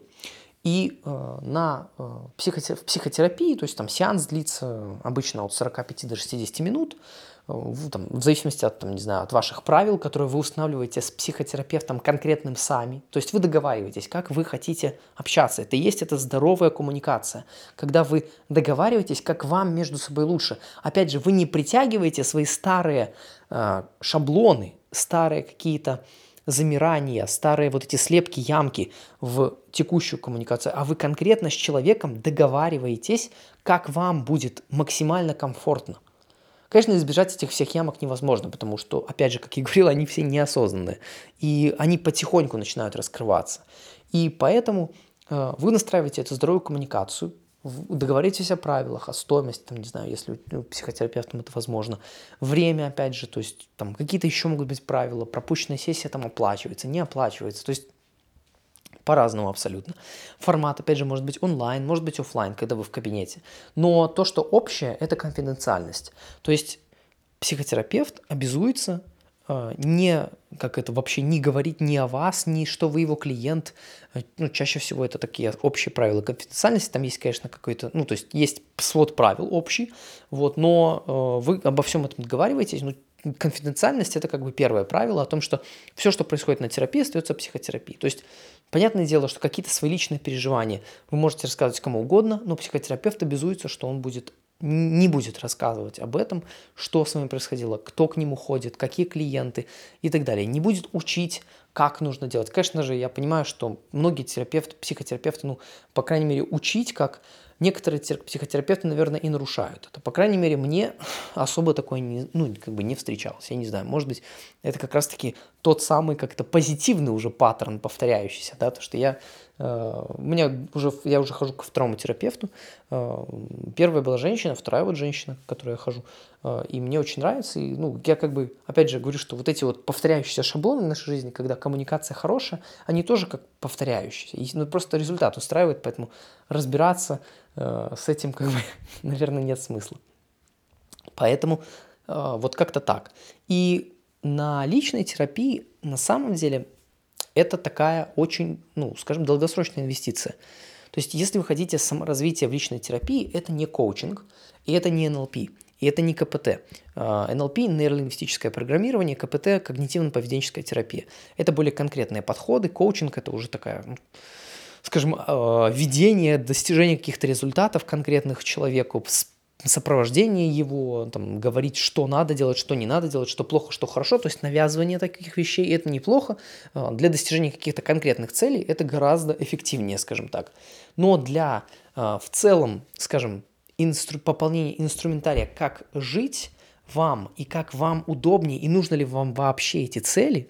Speaker 1: И э, на э, психоте- в психотерапии, то есть там сеанс длится обычно от сорока пяти до шестидесяти минут, э, в, там, в зависимости от, там, не знаю, от ваших правил, которые вы устанавливаете с психотерапевтом конкретным сами. То есть вы договариваетесь, как вы хотите общаться. Это и есть эта здоровая коммуникация, когда вы договариваетесь, как вам между собой лучше. Опять же, вы не притягиваете свои старые э, шаблоны, старые какие-то замирания, старые вот эти слепки, ямки в текущую коммуникацию, а вы конкретно с человеком договариваетесь, как вам будет максимально комфортно. Конечно, избежать этих всех ямок невозможно, потому что, опять же, как я говорил, они все неосознанные, и они потихоньку начинают раскрываться. И поэтому э, вы настраиваете эту здоровую коммуникацию, в- договоритесь о правилах, о стоимости, там, не знаю, если у психотерапевтом это возможно. Время, опять же, то есть там какие-то еще могут быть правила, пропущенная сессия там оплачивается, не оплачивается, то есть по-разному абсолютно. Формат, опять же, может быть онлайн, может быть офлайн, когда вы в кабинете. Но то, что общее, это конфиденциальность. То есть психотерапевт обязуется э, не, как это вообще, не говорить ни о вас, ни что вы его клиент. Э, Ну, чаще всего это такие общие правила конфиденциальности. Там есть, конечно, какой-то, ну, то есть есть свод правил общий, вот, но э, вы обо всем этом договариваетесь, ну, конфиденциальность – это как бы первое правило о том, что все, что происходит на терапии, остается в психотерапии. То есть, понятное дело, что какие-то свои личные переживания вы можете рассказывать кому угодно, но психотерапевт обязуется, что он будет не будет рассказывать об этом, что с вами происходило, кто к нему ходит, какие клиенты и так далее. Не будет учить, как нужно делать. Конечно же, я понимаю, что многие терапевты, психотерапевты, ну, по крайней мере, учить, как некоторые тер- психотерапевты, наверное, и нарушают это. По крайней мере, мне особо такое не, ну, как бы не встречалось. Я не знаю, может быть, это как раз-таки тот самый как-то позитивный уже паттерн повторяющийся, да, то, что я, э, у меня уже, я уже хожу к второму терапевту. Э, первая была женщина, вторая вот женщина, к которой я хожу. Э, и мне очень нравится. И, ну, я как бы, опять же, говорю, что вот эти вот повторяющиеся шаблоны в нашей жизни, когда коммуникация хорошая, они тоже как повторяющиеся. И, ну, просто результат устраивает, поэтому разбираться э, с этим, как бы, наверное, нет смысла. Поэтому э, вот как-то так. И на личной терапии на самом деле это такая очень, ну, скажем, долгосрочная инвестиция. То есть, если вы хотите саморазвития в личной терапии, это не коучинг, и это не эн эл пи, и это не ка пэ тэ. А, эн эл пи – нейролингвистическое программирование, ка пэ тэ – когнитивно-поведенческая терапия. Это более конкретные подходы, коучинг – это уже такая, ну, скажем, э, ведение, достижение каких-то результатов конкретных человеку, с- сопровождение его, там, говорить, что надо делать, что не надо делать, что плохо, что хорошо, то есть навязывание таких вещей, это неплохо. Э, Для достижения каких-то конкретных целей это гораздо эффективнее, скажем так. Но для э, в целом, скажем, инстру- пополнения инструментария, как жить вам и как вам удобнее, и нужно ли вам вообще эти цели,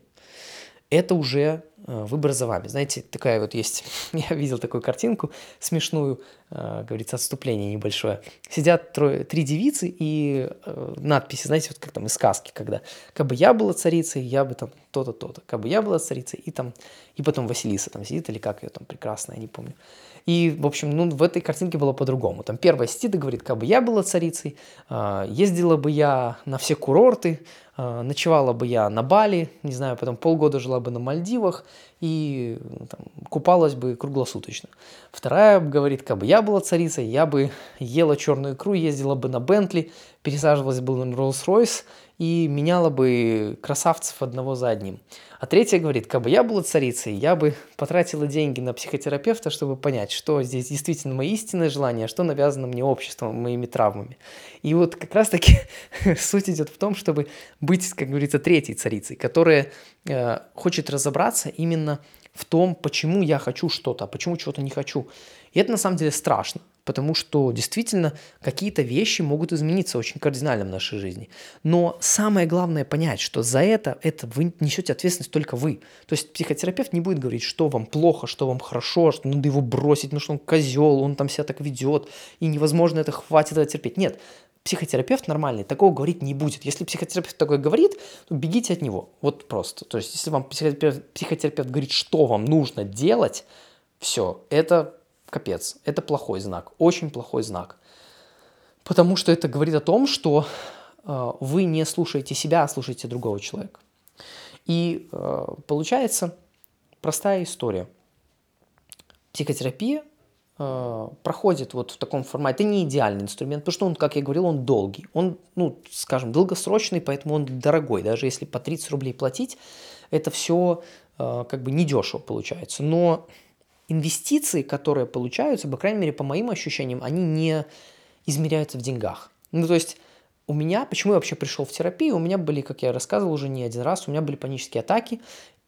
Speaker 1: это уже э, выбор за вами. Знаете, такая вот есть, я видел такую картинку смешную, э, говорится, отступление небольшое. Сидят трое, три девицы и э, надписи, знаете, вот как там из сказки, когда «Как бы я была царицей, я бы там то-то, то-то». «Как бы я была царицей», и там, и потом Василиса там сидит, или как ее там, прекрасная, я не помню. И, в общем, ну, в этой картинке было по-другому. Там первая сидит и говорит, как бы я была царицей, э, ездила бы я на все курорты, э, ночевала бы я на Бали, не знаю, потом полгода жила бы на Мальдивах и ну, там, купалась бы круглосуточно. Вторая говорит, как бы я была царицей, я бы ела черную икру, ездила бы на Бентли, пересаживалась бы на Роллс-Ройс и меняла бы красавцев одного за одним. А третья говорит, как бы я была царицей, я бы потратила деньги на психотерапевта, чтобы понять, что здесь действительно мои истинные желания, а что навязано мне обществом, моими травмами. И вот как раз-таки суть идет в том, чтобы быть, как говорится, третьей царицей, которая э, хочет разобраться именно в том, почему я хочу что-то, а почему чего-то не хочу. И это на самом деле страшно, потому что действительно какие-то вещи могут измениться очень кардинально в нашей жизни. Но самое главное понять, что за это, это вы несете ответственность только вы. То есть психотерапевт не будет говорить, что вам плохо, что вам хорошо, что надо его бросить, потому что он козел, он там себя так ведет, и невозможно это хватит это терпеть. Нет, психотерапевт нормальный такого говорить не будет. Если психотерапевт такое говорит, то бегите от него. Вот просто. То есть, если вам психотерапевт, психотерапевт говорит, что вам нужно делать, все, это капец. Это плохой знак. Очень плохой знак. Потому что это говорит о том, что э, вы не слушаете себя, а слушаете другого человека. И э, получается простая история. Психотерапия э, проходит вот в таком формате. Это не идеальный инструмент, потому что он, как я говорил, он долгий. Он, ну, скажем, долгосрочный, поэтому он дорогой. Даже если по тридцать рублей платить, это все э, как бы недешево получается. Но инвестиции, которые получаются, по крайней мере, по моим ощущениям, они не измеряются в деньгах. Ну, то есть у меня, почему я вообще пришел в терапию, у меня были, как я рассказывал уже не один раз, у меня были панические атаки,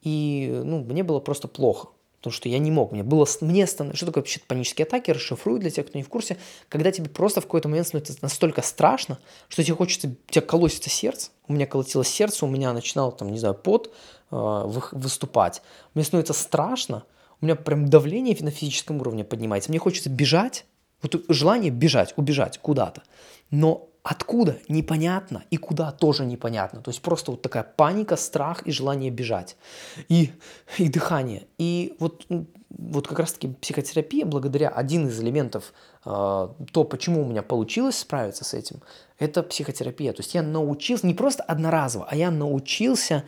Speaker 1: и, ну, мне было просто плохо. Потому что я не мог, мне было, мне становилось, что такое вообще панические атаки, расшифрую для тех, кто не в курсе, когда тебе просто в какой-то момент становится настолько страшно, что тебе хочется, у тебя колотится сердце, у меня колотилось сердце, у меня начинал, там, не знаю, пот э, выступать, мне становится страшно, у меня прям давление на физическом уровне поднимается, мне хочется бежать, вот желание бежать, убежать куда-то, но откуда непонятно и куда тоже непонятно. То есть просто вот такая паника, страх и желание бежать. И, и дыхание. И вот, вот как раз-таки психотерапия, благодаря один из элементов, э, то, почему у меня получилось справиться с этим, это психотерапия. То есть я научился, не просто одноразово, а я научился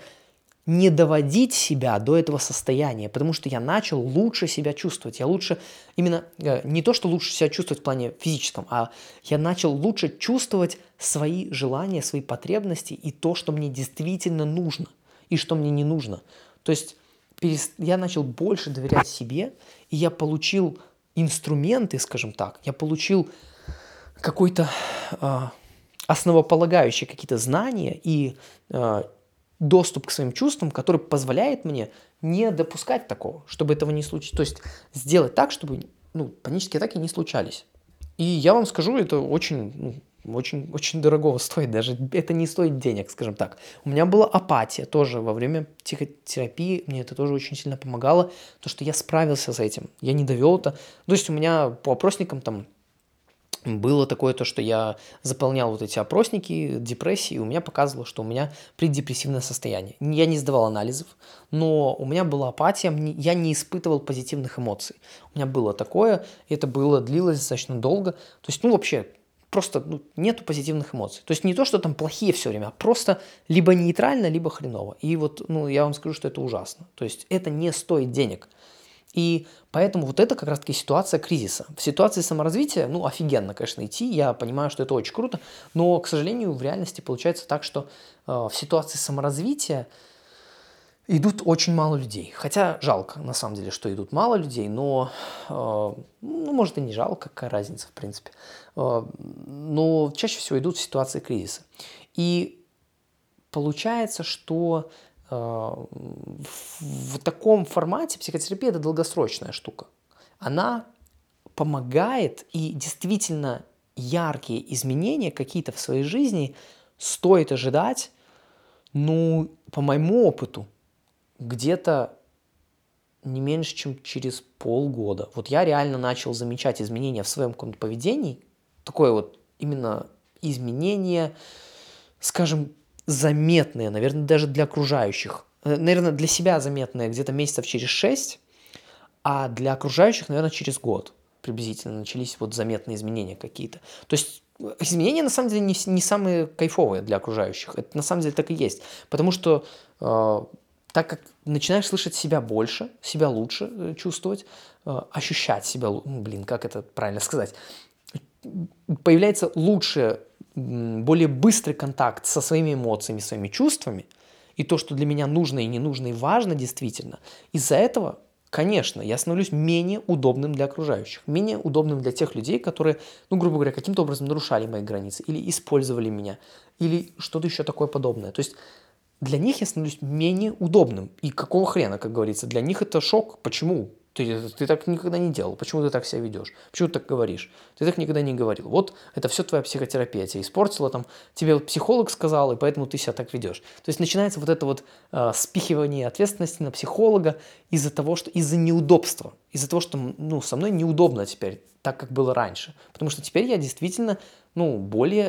Speaker 1: не доводить себя до этого состояния, потому что я начал лучше себя чувствовать. Я лучше, именно э, не то, что лучше себя чувствовать в плане физическом, а я начал лучше чувствовать свои желания, свои потребности и то, что мне действительно нужно и что мне не нужно. То есть перест... я начал больше доверять себе, и я получил инструменты, скажем так, я получил какой-то э, основополагающие какие-то знания и э, доступ к своим чувствам, который позволяет мне не допускать такого, чтобы этого не случилось. То есть сделать так, чтобы, ну, панические атаки не случались. И я вам скажу, это очень, ну, очень, очень дорогого стоит, даже это не стоит денег, скажем так. У меня была апатия тоже во время психотерапии, мне это тоже очень сильно помогало, то, что я справился с этим, я не довел это. То есть у меня по опросникам там было такое то, что я заполнял вот эти опросники депрессии, и у меня показывало, что у меня преддепрессивное состояние. Я не сдавал анализов, но у меня была апатия, я не испытывал позитивных эмоций. У меня было такое, и это было, длилось достаточно долго. То есть, ну, вообще, просто ну, нету позитивных эмоций. То есть не то, что там плохие все время, а просто либо нейтрально, либо хреново. И вот, ну, я вам скажу, что это ужасно. То есть это не стоит денег. И поэтому вот это как раз-таки ситуация кризиса. В ситуации саморазвития, ну, офигенно, конечно, идти, я понимаю, что это очень круто, но, к сожалению, в реальности получается так, что э, в ситуации саморазвития идут очень мало людей. Хотя жалко, на самом деле, что идут мало людей, но, э, ну, может, и не жалко, какая разница, в принципе. Э, но чаще всего идут в ситуации кризиса. И получается, что в таком формате психотерапия – это долгосрочная штука. Она помогает, и действительно яркие изменения какие-то в своей жизни стоит ожидать, ну, по моему опыту, где-то не меньше, чем через полгода. Вот я реально начал замечать изменения в своем каком-то поведении, такое вот именно изменение, скажем, заметные, наверное, даже для окружающих. Наверное, для себя заметные где-то месяцев через шесть, а для окружающих, наверное, через год приблизительно начались вот заметные изменения какие-то. То есть изменения, на самом деле, не, не самые кайфовые для окружающих. Это на самом деле так и есть. Потому что э, так как начинаешь слышать себя больше, себя лучше э, чувствовать, э, ощущать себя, ну, блин, как это правильно сказать, появляется лучше, более быстрый контакт со своими эмоциями, своими чувствами, и то, что для меня нужно и не нужно, и важно действительно, из-за этого, конечно, я становлюсь менее удобным для окружающих, менее удобным для тех людей, которые, ну, грубо говоря, каким-то образом нарушали мои границы, или использовали меня, или что-то еще такое подобное. То есть для них я становлюсь менее удобным. И какого хрена, как говорится, для них это шок. Почему? Ты, ты так никогда не делал. Почему ты так себя ведешь? Почему ты так говоришь? Ты так никогда не говорил. Вот это все твоя психотерапия тебя испортила. Там, тебе вот психолог сказал, и поэтому ты себя так ведешь. То есть начинается вот это вот э, спихивание ответственности на психолога из-за того, что из-за неудобства. Из-за того, что ну, со мной неудобно теперь, так как было раньше. Потому что теперь я действительно ну, более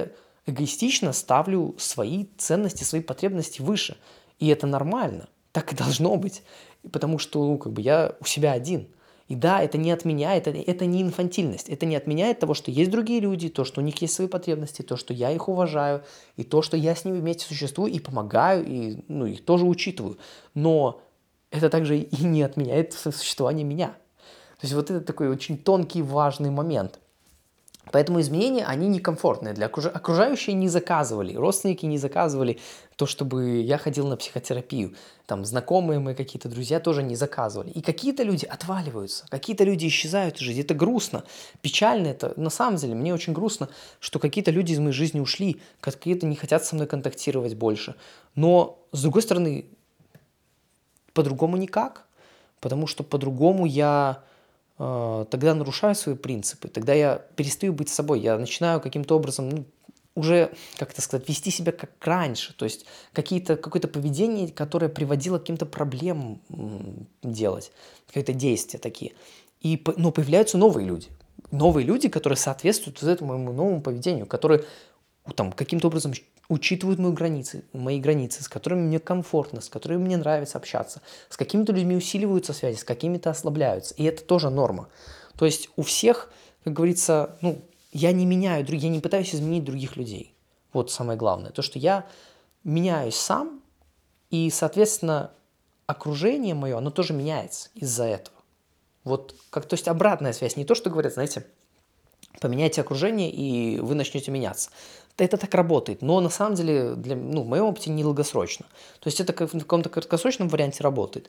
Speaker 1: эгоистично ставлю свои ценности, свои потребности выше. И это нормально. Так и должно быть. Потому что, ну, как бы я у себя один. И да, это не отменяет, это, это не инфантильность. Это не отменяет того, что есть другие люди, то, что у них есть свои потребности, то, что я их уважаю, и то, что я с ними вместе существую и помогаю, и ну, их тоже учитываю. Но это также и не отменяет существование меня. То есть вот это такой очень тонкий, важный момент. Поэтому изменения, они некомфортные. Для окруж... Окружающие не заказывали, родственники не заказывали то, чтобы я ходил на психотерапию. Там знакомые мои какие-то друзья тоже не заказывали. И какие-то люди отваливаются, какие-то люди исчезают из жизни. Это грустно, печально это. На самом деле, мне очень грустно, что какие-то люди из моей жизни ушли, какие-то не хотят со мной контактировать больше. Но, с другой стороны, по-другому никак. Потому что по-другому я тогда нарушаю свои принципы, тогда я перестаю быть собой, я начинаю каким-то образом ну, уже, как это сказать, вести себя как раньше, то есть какие-то, какое-то поведение, которое приводило к каким-то проблемам делать, какие-то действия такие. И, но появляются новые люди, новые люди, которые соответствуют этому моему новому поведению, которые там, каким-то образом учитывают мои границы, мои границы, с которыми мне комфортно, с которыми мне нравится общаться. С какими-то людьми усиливаются связи, с какими-то ослабляются. И это тоже норма. То есть у всех, как говорится, ну, я не меняю, я не пытаюсь изменить других людей. Вот самое главное. То, что я меняюсь сам, и, соответственно, окружение мое, оно тоже меняется из-за этого. Вот, как, то есть обратная связь. Не то, что говорят, знаете, поменяйте окружение, и вы начнете меняться. Это так работает, но на самом деле, для, ну, в моем опыте, не долгосрочно. То есть это как в каком-то краткосрочном варианте работает.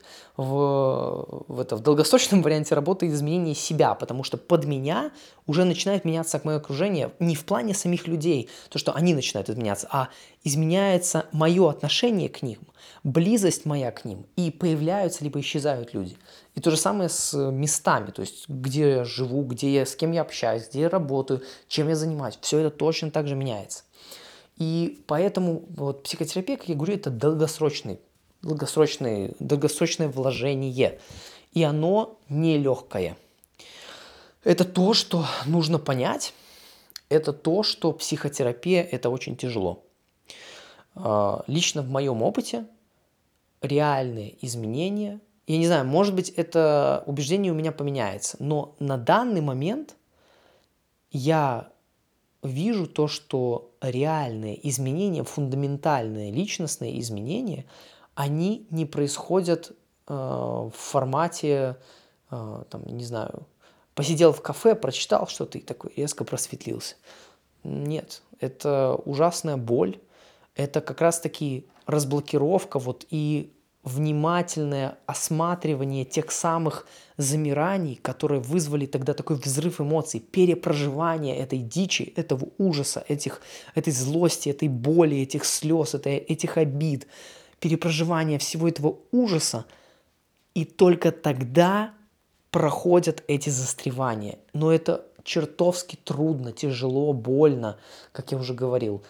Speaker 1: В, в, это, в долгосрочном варианте работает изменение себя, потому что под меня уже начинает меняться мое окружение не в плане самих людей, то, что они начинают изменяться, а изменяется мое отношение к ним, близость моя к ним, и появляются либо исчезают люди. И то же самое с местами, то есть где я живу, где я, с кем я общаюсь, где я работаю, чем я занимаюсь. Все это точно так же меняется. И поэтому вот психотерапия, как я говорю, это долгосрочный, долгосрочный, долгосрочное вложение. И оно нелегкое. Это то, что нужно понять. Это то, что психотерапия – это очень тяжело. Лично в моем опыте реальные изменения, я не знаю, может быть, это убеждение у меня поменяется, но на данный момент я вижу то, что реальные изменения, фундаментальные личностные изменения, они не происходят э, в формате, э, там, не знаю, посидел в кафе, прочитал что-то и такой резко просветлился. Нет, это ужасная боль, это как раз-таки разблокировка вот и внимательное осматривание тех самых замираний, которые вызвали тогда такой взрыв эмоций, перепроживание этой дичи, этого ужаса, этих, этой злости, этой боли, этих слез, этой, этих обид, перепроживание всего этого ужаса, и только тогда проходят эти застревания. Но это чертовски трудно, тяжело, больно, как я уже говорил.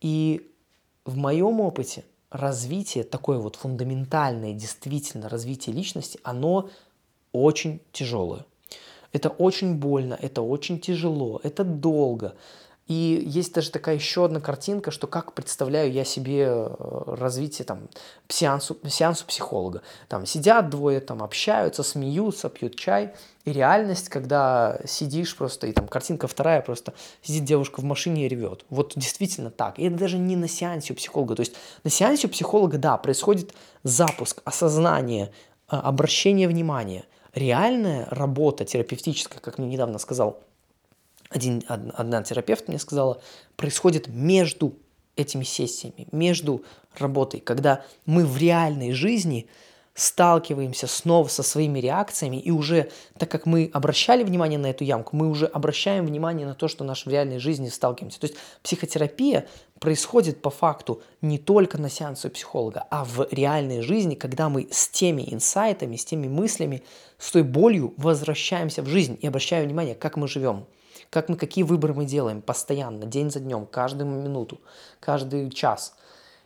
Speaker 1: И в моем опыте развитие, такое вот фундаментальное, действительно развитие личности, оно очень тяжелое. Это очень больно, это очень тяжело, это долго. И есть даже такая еще одна картинка, что как представляю я себе развитие там, сеансу, сеансу психолога. Там сидят двое, там общаются, смеются, пьют чай. И реальность, когда сидишь просто, и там картинка вторая, просто сидит девушка в машине и ревет. Вот действительно так. И это даже не на сеансе у психолога. То есть на сеансе у психолога, да, происходит запуск, осознание, обращение внимания. Реальная работа терапевтическая, как мне недавно сказал Один, одна терапевт мне сказала, происходит между этими сессиями, между работой, когда мы в реальной жизни сталкиваемся снова со своими реакциями, и уже, так как мы обращали внимание на эту ямку, мы уже обращаем внимание на то, что наш в реальной жизни сталкиваемся. То есть психотерапия происходит по факту не только на сеансе у психолога, а в реальной жизни, когда мы с теми инсайтами, с теми мыслями, с той болью возвращаемся в жизнь и обращаем внимание, как мы живем. Как мы, какие выборы мы делаем постоянно, день за днем, каждую минуту, каждый час.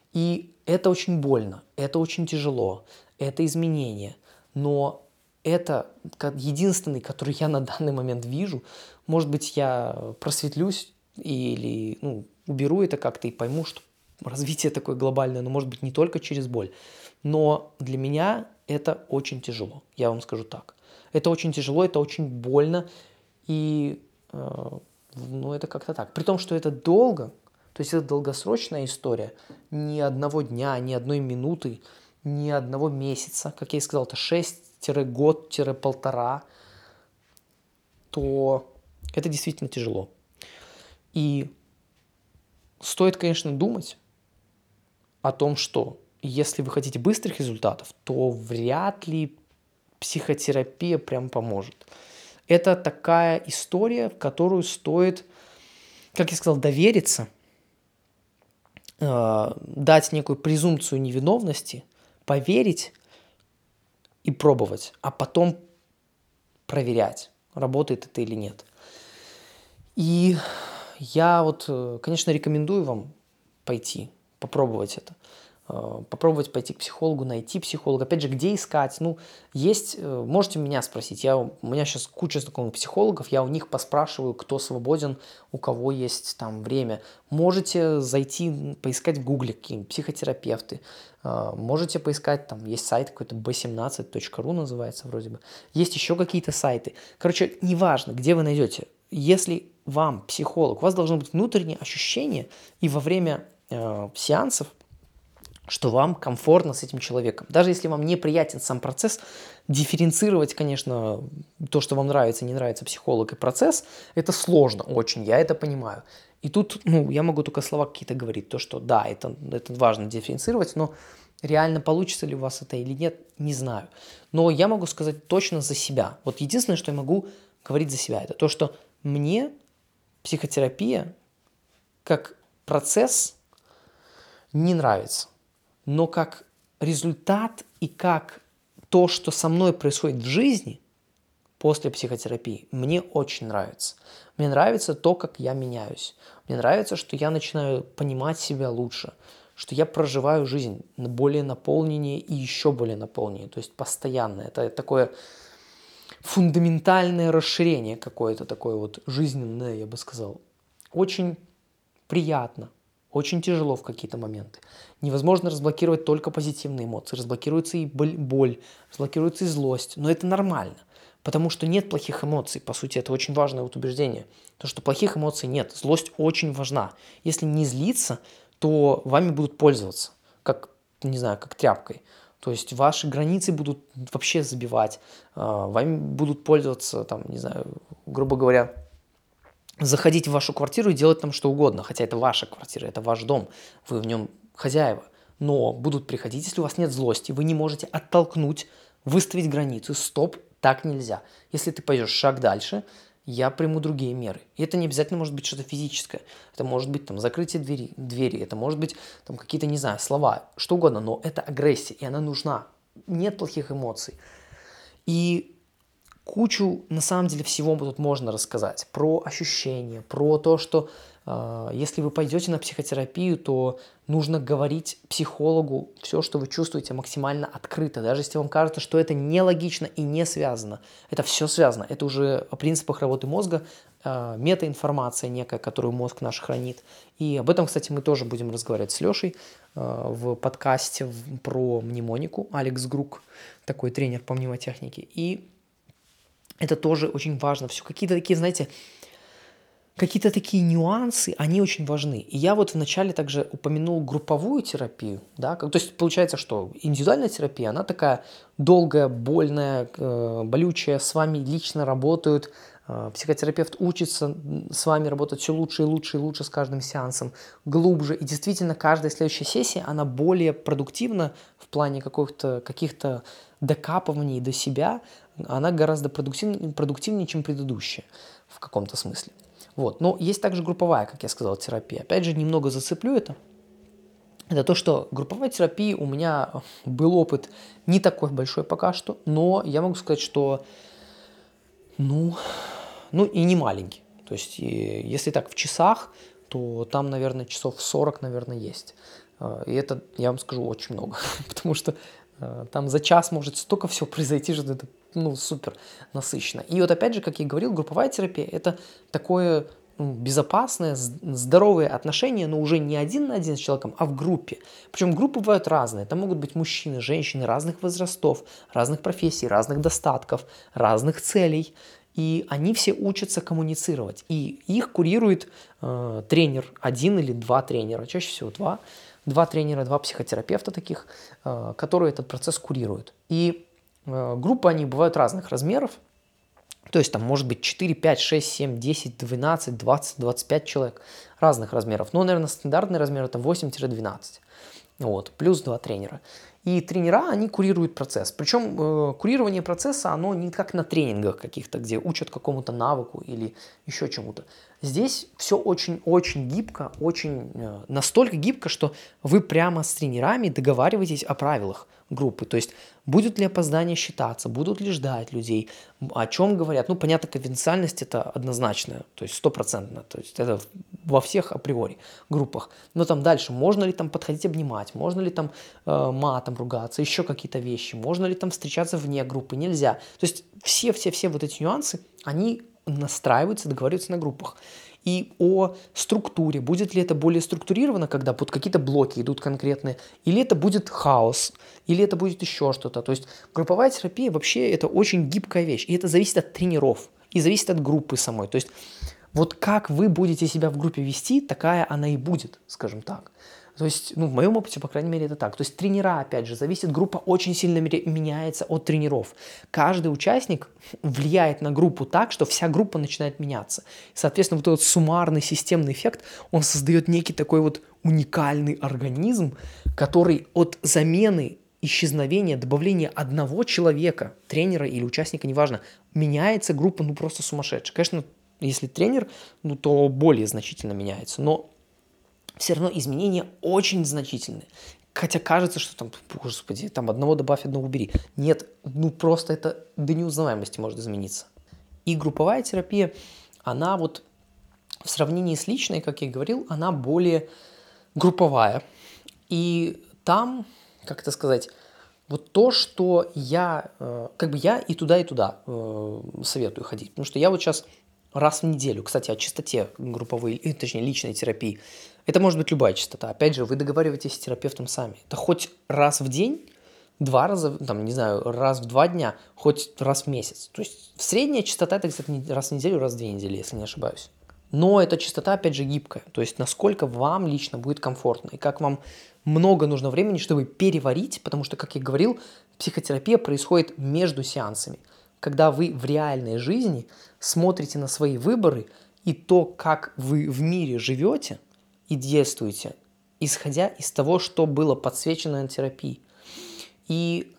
Speaker 1: И это очень больно, это очень тяжело, это изменение. Но это единственный, который я на данный момент вижу. Может быть, я просветлюсь или ну, уберу это как-то и пойму, что развитие такое глобальное, но может быть не только через боль. Но для меня это очень тяжело, я вам скажу так. Это очень тяжело, это очень больно, и э, ну, это как-то так. При том, что это долго, то есть это долгосрочная история, ни одного дня, ни одной минуты, ни одного месяца, как я и сказал, это шесть-год-полтора, то это действительно тяжело. И стоит, конечно, думать о том, что если вы хотите быстрых результатов, то вряд ли психотерапия прям поможет. Это такая история, в которую стоит, как я сказал, довериться, э, дать некую презумпцию невиновности, поверить и пробовать, а потом проверять, работает это или нет. И я вот, конечно, рекомендую вам пойти, попробовать это. Попробовать пойти к психологу, найти психолога. Опять же, где искать? Ну, есть, можете меня спросить. Я, у меня сейчас куча знакомых психологов, я у них поспрашиваю, кто свободен, у кого есть там время. Можете зайти, поискать в гугле какие-нибудь психотерапевты. Можете поискать, там есть сайт какой-то би семнадцать точка ру называется вроде бы. Есть еще какие-то сайты. Короче, неважно, где вы найдете. Если вам психолог, у вас должно быть внутреннее ощущение и во время э, сеансов, что вам комфортно с этим человеком. Даже если вам неприятен сам процесс, дифференцировать, конечно, то, что вам нравится, не нравится психолог и процесс, это сложно очень, я это понимаю. И тут, ну, я могу только слова какие-то говорить, то, что да, это, это важно дифференцировать, но реально получится ли у вас это или нет, не знаю. Но я могу сказать точно за себя. Вот единственное, что я могу говорить за себя, это то, что мне психотерапия как процесс не нравится. Но как результат и как то, что со мной происходит в жизни после психотерапии, мне очень нравится. Мне нравится то, как я меняюсь. Мне нравится, что я начинаю понимать себя лучше, что я проживаю жизнь более наполненнее и еще более наполненнее, то есть постоянно. Это такое фундаментальное расширение какое-то такое вот жизненное, я бы сказал. Очень приятно. Очень тяжело в какие-то моменты. Невозможно разблокировать только позитивные эмоции. Разблокируется и боль, разблокируется и злость. Но это нормально, потому что нет плохих эмоций. По сути, это очень важное вот убеждение. То, что плохих эмоций нет. Злость очень важна. Если не злиться, то вами будут пользоваться, как, не знаю, как тряпкой. То есть ваши границы будут вообще забивать. Вами будут пользоваться, там, не знаю, грубо говоря, заходить в вашу квартиру и делать там что угодно, хотя это ваша квартира, это ваш дом, вы в нем хозяева, но будут приходить, если у вас нет злости, вы не можете оттолкнуть, выставить границу, стоп, так нельзя. Если ты пойдешь шаг дальше, я приму другие меры. И это не обязательно может быть что-то физическое, это может быть там закрытие двери, двери, это может быть там какие-то, не знаю, слова, что угодно, но это агрессия, и она нужна. Нет плохих эмоций. И кучу, на самом деле, всего тут можно рассказать. Про ощущения, про то, что э, если вы пойдете на психотерапию, то нужно говорить психологу все, что вы чувствуете, максимально открыто. Даже если вам кажется, что это нелогично и не связано. Это все связано. Это уже о принципах работы мозга, э, метаинформация некая, которую мозг наш хранит. И об этом, кстати, мы тоже будем разговаривать с Лешей э, в подкасте в, про мнемонику. Алекс Грук, такой тренер по мнемотехнике. И это тоже очень важно. Все какие-то такие, знаете, какие-то такие нюансы, они очень важны. И я вот вначале также упомянул групповую терапию, да, то есть получается, что индивидуальная терапия, она такая долгая, больная, э, болючая, с вами лично работают, э, психотерапевт учится с вами работать все лучше и лучше и лучше с каждым сеансом, глубже, и действительно каждая следующая сессия, она более продуктивна в плане каких-то, каких-то докапываний до себя, она гораздо продуктивнее, продуктивнее, чем предыдущая в каком-то смысле. Вот. Но есть также групповая, как я сказал, терапия. Опять же, немного зацеплю это. Это то, что групповой терапии у меня был опыт не такой большой пока что, но я могу сказать, что ну, ну и не маленький. То есть, и, если так в часах, то там, наверное, часов сорок, наверное, есть. И это, я вам скажу, очень много, потому что там за час может столько всего произойти, что это ну, супер насыщенно. И вот опять же, как я и говорил, групповая терапия – это такое безопасные, здоровые отношения, но уже не один на один с человеком, а в группе. Причем группы бывают разные. Это могут быть мужчины, женщины разных возрастов, разных профессий, разных достатков, разных целей. И они все учатся коммуницировать. И их курирует э, тренер, один или два тренера, чаще всего два. Два тренера, два психотерапевта таких, э, которые этот процесс курируют. И э, группы, они бывают разных размеров. То есть там может быть четыре, пять, шесть, семь, десять, двенадцать, двадцать, двадцать пять человек разных размеров. Но, наверное, стандартный размер это восемь-двенадцать. Вот, плюс два тренера. И тренера, они курируют процесс. Причем э, курирование процесса, оно не как на тренингах каких-то, где учат какому-то навыку или еще чему-то. Здесь все очень-очень гибко, очень э, настолько гибко, что вы прямо с тренерами договариваетесь о правилах группы. То есть будут ли опоздания считаться, будут ли ждать людей, о чем говорят. Ну, понятно, конфиденциальность это однозначно, то есть стопроцентно. То есть это во всех априори группах. Но там дальше, можно ли там подходить обнимать, можно ли там э, матом ругаться, еще какие-то вещи, можно ли там встречаться вне группы, нельзя. То есть все-все-все вот эти нюансы, они настраиваются, договариваются на группах. И о структуре, будет ли это более структурировано, когда под какие-то блоки идут конкретные, или это будет хаос, или это будет еще что-то. То есть групповая терапия вообще это очень гибкая вещь, и это зависит от тренеров, и зависит от группы самой. То есть вот как вы будете себя в группе вести, такая она и будет, скажем так. То есть, ну, в моем опыте, по крайней мере, это так. То есть тренера, опять же, зависит, группа очень сильно меняется от тренеров. Каждый участник влияет на группу так, что вся группа начинает меняться. Соответственно, вот этот суммарный системный эффект, он создает некий такой вот уникальный организм, который от замены, исчезновения, добавления одного человека, тренера или участника, неважно, меняется группа, ну, просто сумасшедшая. Конечно, если тренер, ну, то более значительно меняется, но все равно изменения очень значительные. Хотя кажется, что там, господи, там одного добавь, одного убери. Нет, ну просто это до неузнаваемости может измениться. И групповая терапия, она вот в сравнении с личной, как я и говорил, она более групповая. И там, как это сказать, вот то, что я, как бы я и туда, и туда советую ходить. Потому что я вот сейчас раз в неделю, кстати, о частоте групповой, точнее, личной терапии. Это может быть любая частота. Опять же, вы договариваетесь с терапевтом сами. Это хоть раз в день, два раза, там, не знаю, раз в два дня, хоть раз в месяц. То есть средняя частота это, кстати, раз в неделю, раз в две недели, если не ошибаюсь. Но эта частота, опять же, гибкая. То есть насколько вам лично будет комфортно и как вам много нужно времени, чтобы переварить, потому что, как я говорил, психотерапия происходит между сеансами. Когда вы в реальной жизни смотрите на свои выборы и то, как вы в мире живете и действуете, исходя из того, что было подсвечено на терапии. И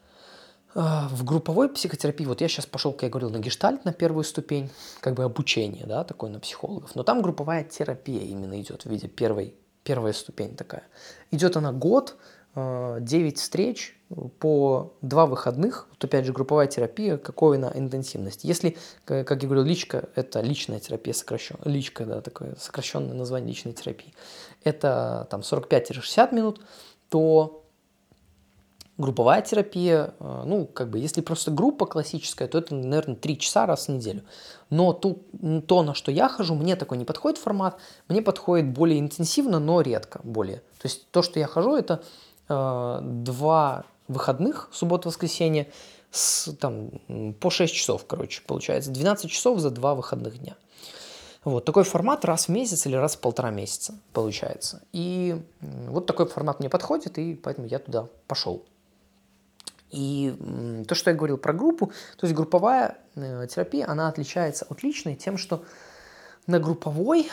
Speaker 1: э, в групповой психотерапии, вот я сейчас пошел, как я говорил, на гештальт, на первую ступень, как бы обучение, да, такое на психологов, но там групповая терапия именно идет в виде первой, первая ступень такая. Идет она год, девять встреч по два выходных. Вот опять же, групповая терапия, какой она интенсивность. Если, как я говорил, личка – это личная терапия сокращенная, личка, да, такое сокращенное название личной терапии, это там сорок пять - шестьдесят минут, то групповая терапия, ну, как бы, если просто группа классическая, то это, наверное, три часа раз в неделю. Но ту, то, на что я хожу, мне такой не подходит формат, мне подходит более интенсивно, но редко более. То есть то, что я хожу, это два выходных, суббота-воскресенье, с, там, по шесть часов, короче, получается. двенадцать часов за два выходных дня. Вот такой формат раз в месяц или раз в полтора месяца получается. И вот такой формат мне подходит, и поэтому я туда пошел. И то, что я говорил про группу, то есть групповая терапия, она отличается от личной тем, что на групповой,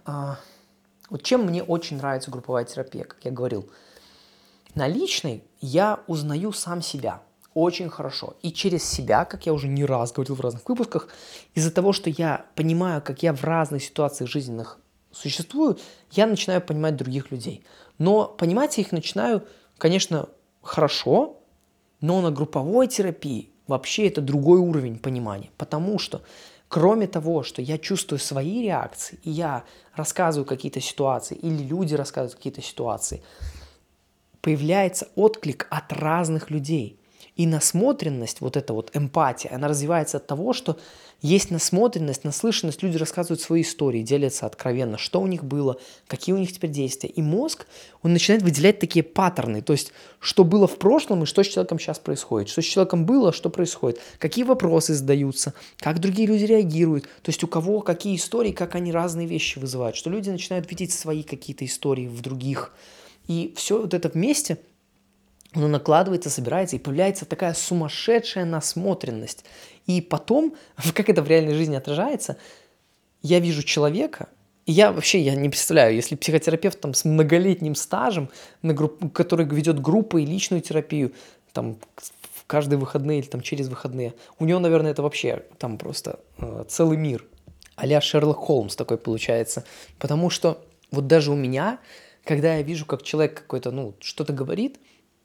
Speaker 1: вот чем мне очень нравится групповая терапия, как я говорил, на личной я узнаю сам себя очень хорошо. И через себя, как я уже не раз говорил в разных выпусках, из-за того, что я понимаю, как я в разных ситуациях жизненных существую, я начинаю понимать других людей. Но понимать я их начинаю, конечно, хорошо, но на групповой терапии вообще это другой уровень понимания. Потому что кроме того, что я чувствую свои реакции, и я рассказываю какие-то ситуации, или люди рассказывают какие-то ситуации, появляется отклик от разных людей. И насмотренность, вот эта вот эмпатия, она развивается от того, что есть насмотренность, наслышанность, люди рассказывают свои истории, делятся откровенно, что у них было, какие у них теперь действия. И мозг, он начинает выделять такие паттерны, то есть что было в прошлом и что с человеком сейчас происходит, что с человеком было, что происходит, какие вопросы задаются, как другие люди реагируют, то есть у кого какие истории, как они разные вещи вызывают, что люди начинают видеть свои какие-то истории в других. И все вот это вместе, оно накладывается, собирается, и появляется такая сумасшедшая насмотренность. И потом, как это в реальной жизни отражается, я вижу человека, и я вообще я не представляю, если психотерапевт там, с многолетним стажем, на групп, который ведет группы и личную терапию, там, в каждые выходные или там, через выходные, у него, наверное, это вообще там просто э, целый мир. А-ля Шерлок Холмс такой получается. Потому что вот даже у меня, когда я вижу, как человек какой-то, ну, что-то говорит,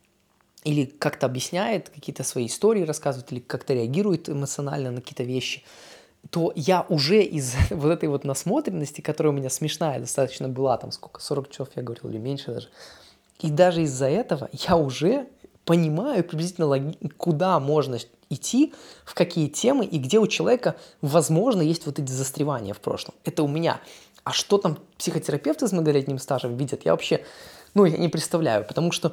Speaker 1: или как-то объясняет, какие-то свои истории рассказывает, или как-то реагирует эмоционально на какие-то вещи, то я уже из вот этой вот насмотренности, которая у меня смешная достаточно была, там сколько, сорок часов я говорил, или меньше даже, и даже из-за этого я уже понимаю приблизительно, логи- куда можно идти, в какие темы, и где у человека, возможно, есть вот эти застревания в прошлом. Это у меня. А что там психотерапевты с многолетним стажем видят, я вообще, ну, я не представляю, потому что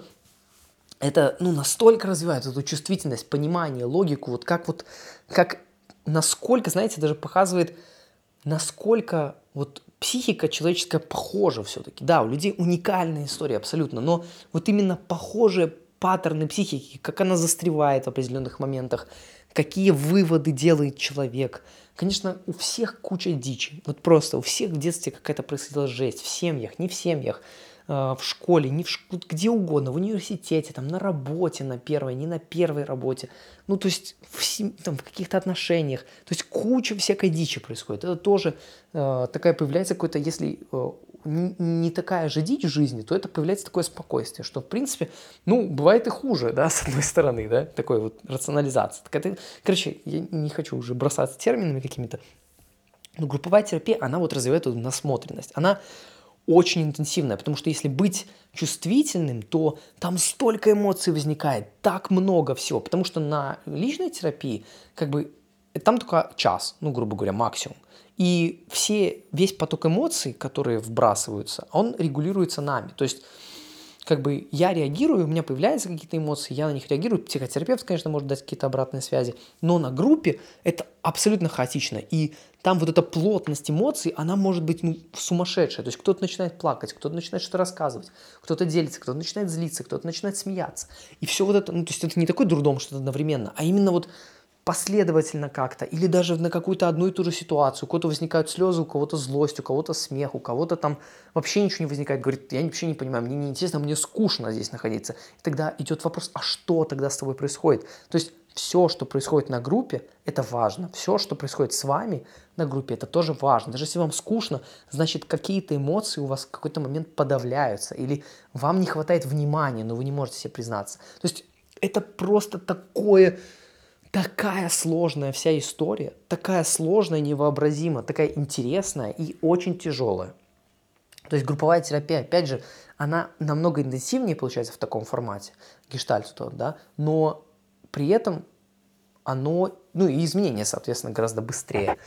Speaker 1: это, ну, настолько развивает эту чувствительность, понимание, логику, вот как вот, как, насколько, знаете, даже показывает, насколько вот психика человеческая похожа все-таки. Да, у людей уникальная история абсолютно, но вот именно похожие паттерны психики, как она застревает в определенных моментах, какие выводы делает человек. Конечно, у всех куча дичи, вот просто у всех в детстве какая-то происходила жесть, в семьях, не в семьях, в школе, не в ш... где угодно, в университете, там, на работе, на первой, не на первой работе, ну, то есть в, сем... там, в каких-то отношениях, то есть куча всякой дичи происходит. Это тоже э, такая появляется какой-то, если э, не, не такая же дичь в жизни, то это появляется такое спокойствие, что, в принципе, ну, бывает и хуже, да, с одной стороны, да, такой вот рационализация. Так это, короче, я не хочу уже бросаться терминами какими-то, но групповая терапия, она вот развивает эту насмотренность, она очень интенсивная, потому что если быть чувствительным, то там столько эмоций возникает, так много всего, потому что на личной терапии как бы там только час, ну, грубо говоря, максимум. И все, весь поток эмоций, которые вбрасываются, он регулируется нами. То есть как бы я реагирую, у меня появляются какие-то эмоции, я на них реагирую. Психотерапевт, конечно, может дать какие-то обратные связи, но на группе это абсолютно хаотично. И там вот эта плотность эмоций, она может быть ну, сумасшедшая. То есть кто-то начинает плакать, кто-то начинает что-то рассказывать, кто-то делится, кто-то начинает злиться, кто-то начинает смеяться. И все вот это, ну то есть это не такой дурдом, что-то одновременно, а именно вот последовательно как-то, или даже на какую-то одну и ту же ситуацию. У кого-то возникают слезы, у кого-то злость, у кого-то смех, у кого-то там вообще ничего не возникает. Говорит, я вообще не понимаю, мне неинтересно, мне скучно здесь находиться. И тогда идет вопрос, а что тогда с тобой происходит? То есть все, что происходит на группе, это важно. Все, что происходит с вами на группе, это тоже важно. Даже если вам скучно, значит, какие-то эмоции у вас в какой-то момент подавляются, или вам не хватает внимания, но вы не можете себе признаться. То есть это просто такое... Такая сложная вся история, такая сложная, невообразимая, такая интересная и очень тяжелая. То есть групповая терапия, опять же, она намного интенсивнее получается в таком формате, гештальт, да, но при этом оно, ну и изменения, соответственно, гораздо быстрее.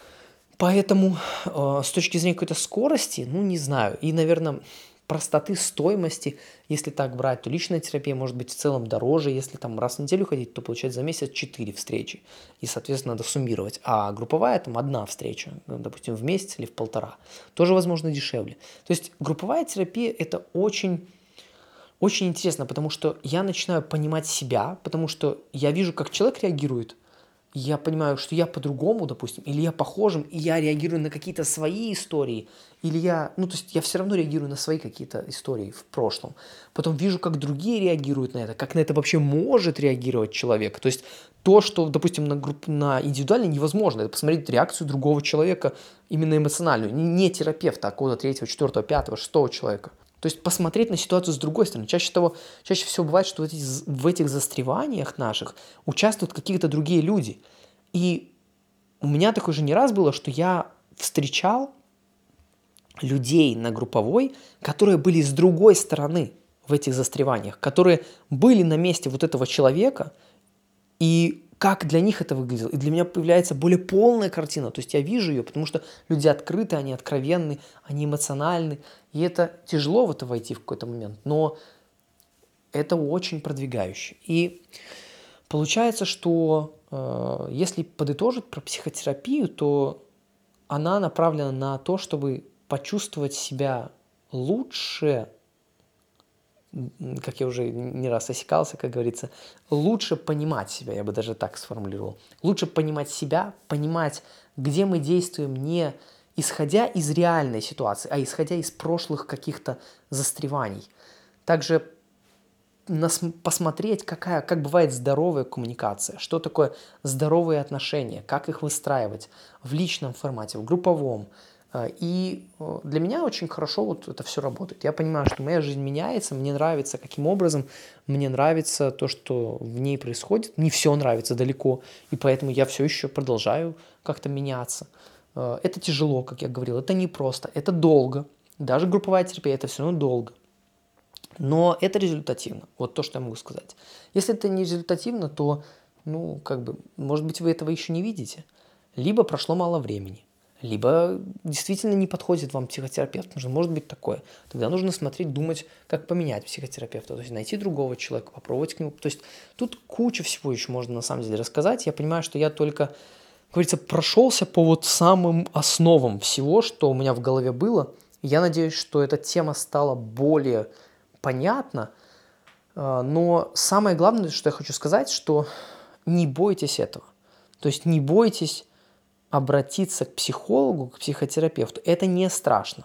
Speaker 1: Поэтому э, с точки зрения какой-то скорости, ну не знаю, и, наверное, простоты стоимости, если так брать, то личная терапия может быть в целом дороже, если там раз в неделю ходить, то получается за месяц четыре встречи, и, соответственно, надо суммировать, а групповая там одна встреча, допустим, в месяц или в полтора, тоже, возможно, дешевле. То есть групповая терапия – это очень, очень интересно, потому что я начинаю понимать себя, потому что я вижу, как человек реагирует, я понимаю, что я по-другому, допустим, или я похожим, и я реагирую на какие-то свои истории, или я, ну, то есть я все равно реагирую на свои какие-то истории в прошлом. Потом вижу, как другие реагируют на это, как на это вообще может реагировать человек. То есть то, что, допустим, на, групп, на индивидуально невозможно, это посмотреть реакцию другого человека, именно эмоциональную, не терапевта, а какого-то третьего, четвертого, пятого, шестого человека. То есть посмотреть на ситуацию с другой стороны. Чаще, того, чаще всего бывает, что в этих, в этих застреваниях наших участвуют какие-то другие люди. И у меня такое же не раз было, что я встречал людей на групповой, которые были с другой стороны в этих застреваниях, которые были на месте вот этого человека и как для них это выглядело. И для меня появляется более полная картина. То есть я вижу ее, потому что люди открыты, они откровенны, они эмоциональны. И это тяжело в это войти в какой-то момент, но это очень продвигающе. И получается, что э, если подытожить про психотерапию, то она направлена на то, чтобы почувствовать себя лучше, как я уже не раз осекался, как говорится, лучше понимать себя, я бы даже так сформулировал. Лучше понимать себя, понимать, где мы действуем не исходя из реальной ситуации, а исходя из прошлых каких-то застреваний. Также нас посмотреть, какая, как бывает здоровая коммуникация, что такое здоровые отношения, как их выстраивать в личном формате, в групповом. И для меня очень хорошо вот это все работает. Я понимаю, что моя жизнь меняется, мне нравится, каким образом, мне нравится то, что в ней происходит. Не все нравится далеко, и поэтому я все еще продолжаю как-то меняться. Это тяжело, как я говорил, это непросто, это долго. Даже групповая терапия – это все равно долго. Но это результативно. Вот то, что я могу сказать. Если это не результативно, то, ну, как бы, может быть, вы этого еще не видите. Либо прошло мало времени, либо действительно не подходит вам психотерапевт. Потому что может быть такое. Тогда нужно смотреть, думать, как поменять психотерапевта. То есть найти другого человека, попробовать к нему. То есть тут куча всего еще можно на самом деле рассказать. Я понимаю, что я только, как говорится, прошелся по вот самым основам всего, что у меня в голове было. Я надеюсь, что эта тема стала более понятно, но самое главное, что я хочу сказать, что не бойтесь этого. То есть не бойтесь обратиться к психологу, к психотерапевту. Это не страшно.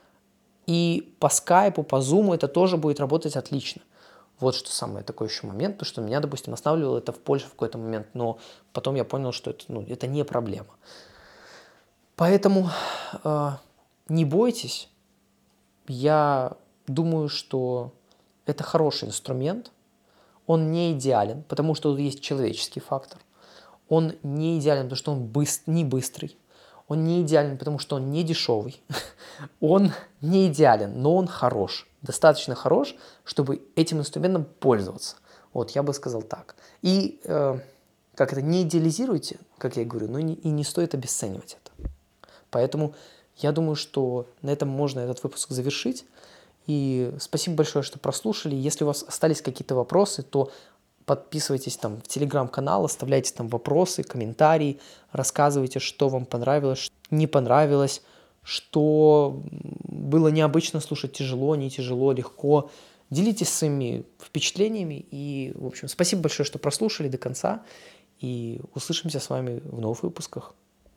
Speaker 1: И по скайпу, по зуму это тоже будет работать отлично. Вот что самый такой еще момент, то что меня, допустим, останавливало это в Польше в какой-то момент, но потом я понял, что это, ну, это не проблема. Поэтому э, не бойтесь. Я думаю, что это хороший инструмент. Он не идеален, потому что тут есть человеческий фактор. Он не идеален, потому что он быстр, не быстрый. Он не идеален, потому что он не дешевый. Он не идеален, но он хорош. Достаточно хорош, чтобы этим инструментом пользоваться. Вот, я бы сказал так. И, э, как это, не идеализируйте, как я говорю, но не, и не стоит обесценивать это. Поэтому я думаю, что на этом можно этот выпуск завершить. И спасибо большое, что прослушали. Если у вас остались какие-то вопросы, то подписывайтесь там в телеграм-канал, оставляйте там вопросы, комментарии, рассказывайте, что вам понравилось, что не понравилось, что было необычно слушать, тяжело, не тяжело, легко. Делитесь своими впечатлениями. И, в общем, спасибо большое, что прослушали до конца. И услышимся с вами в новых выпусках.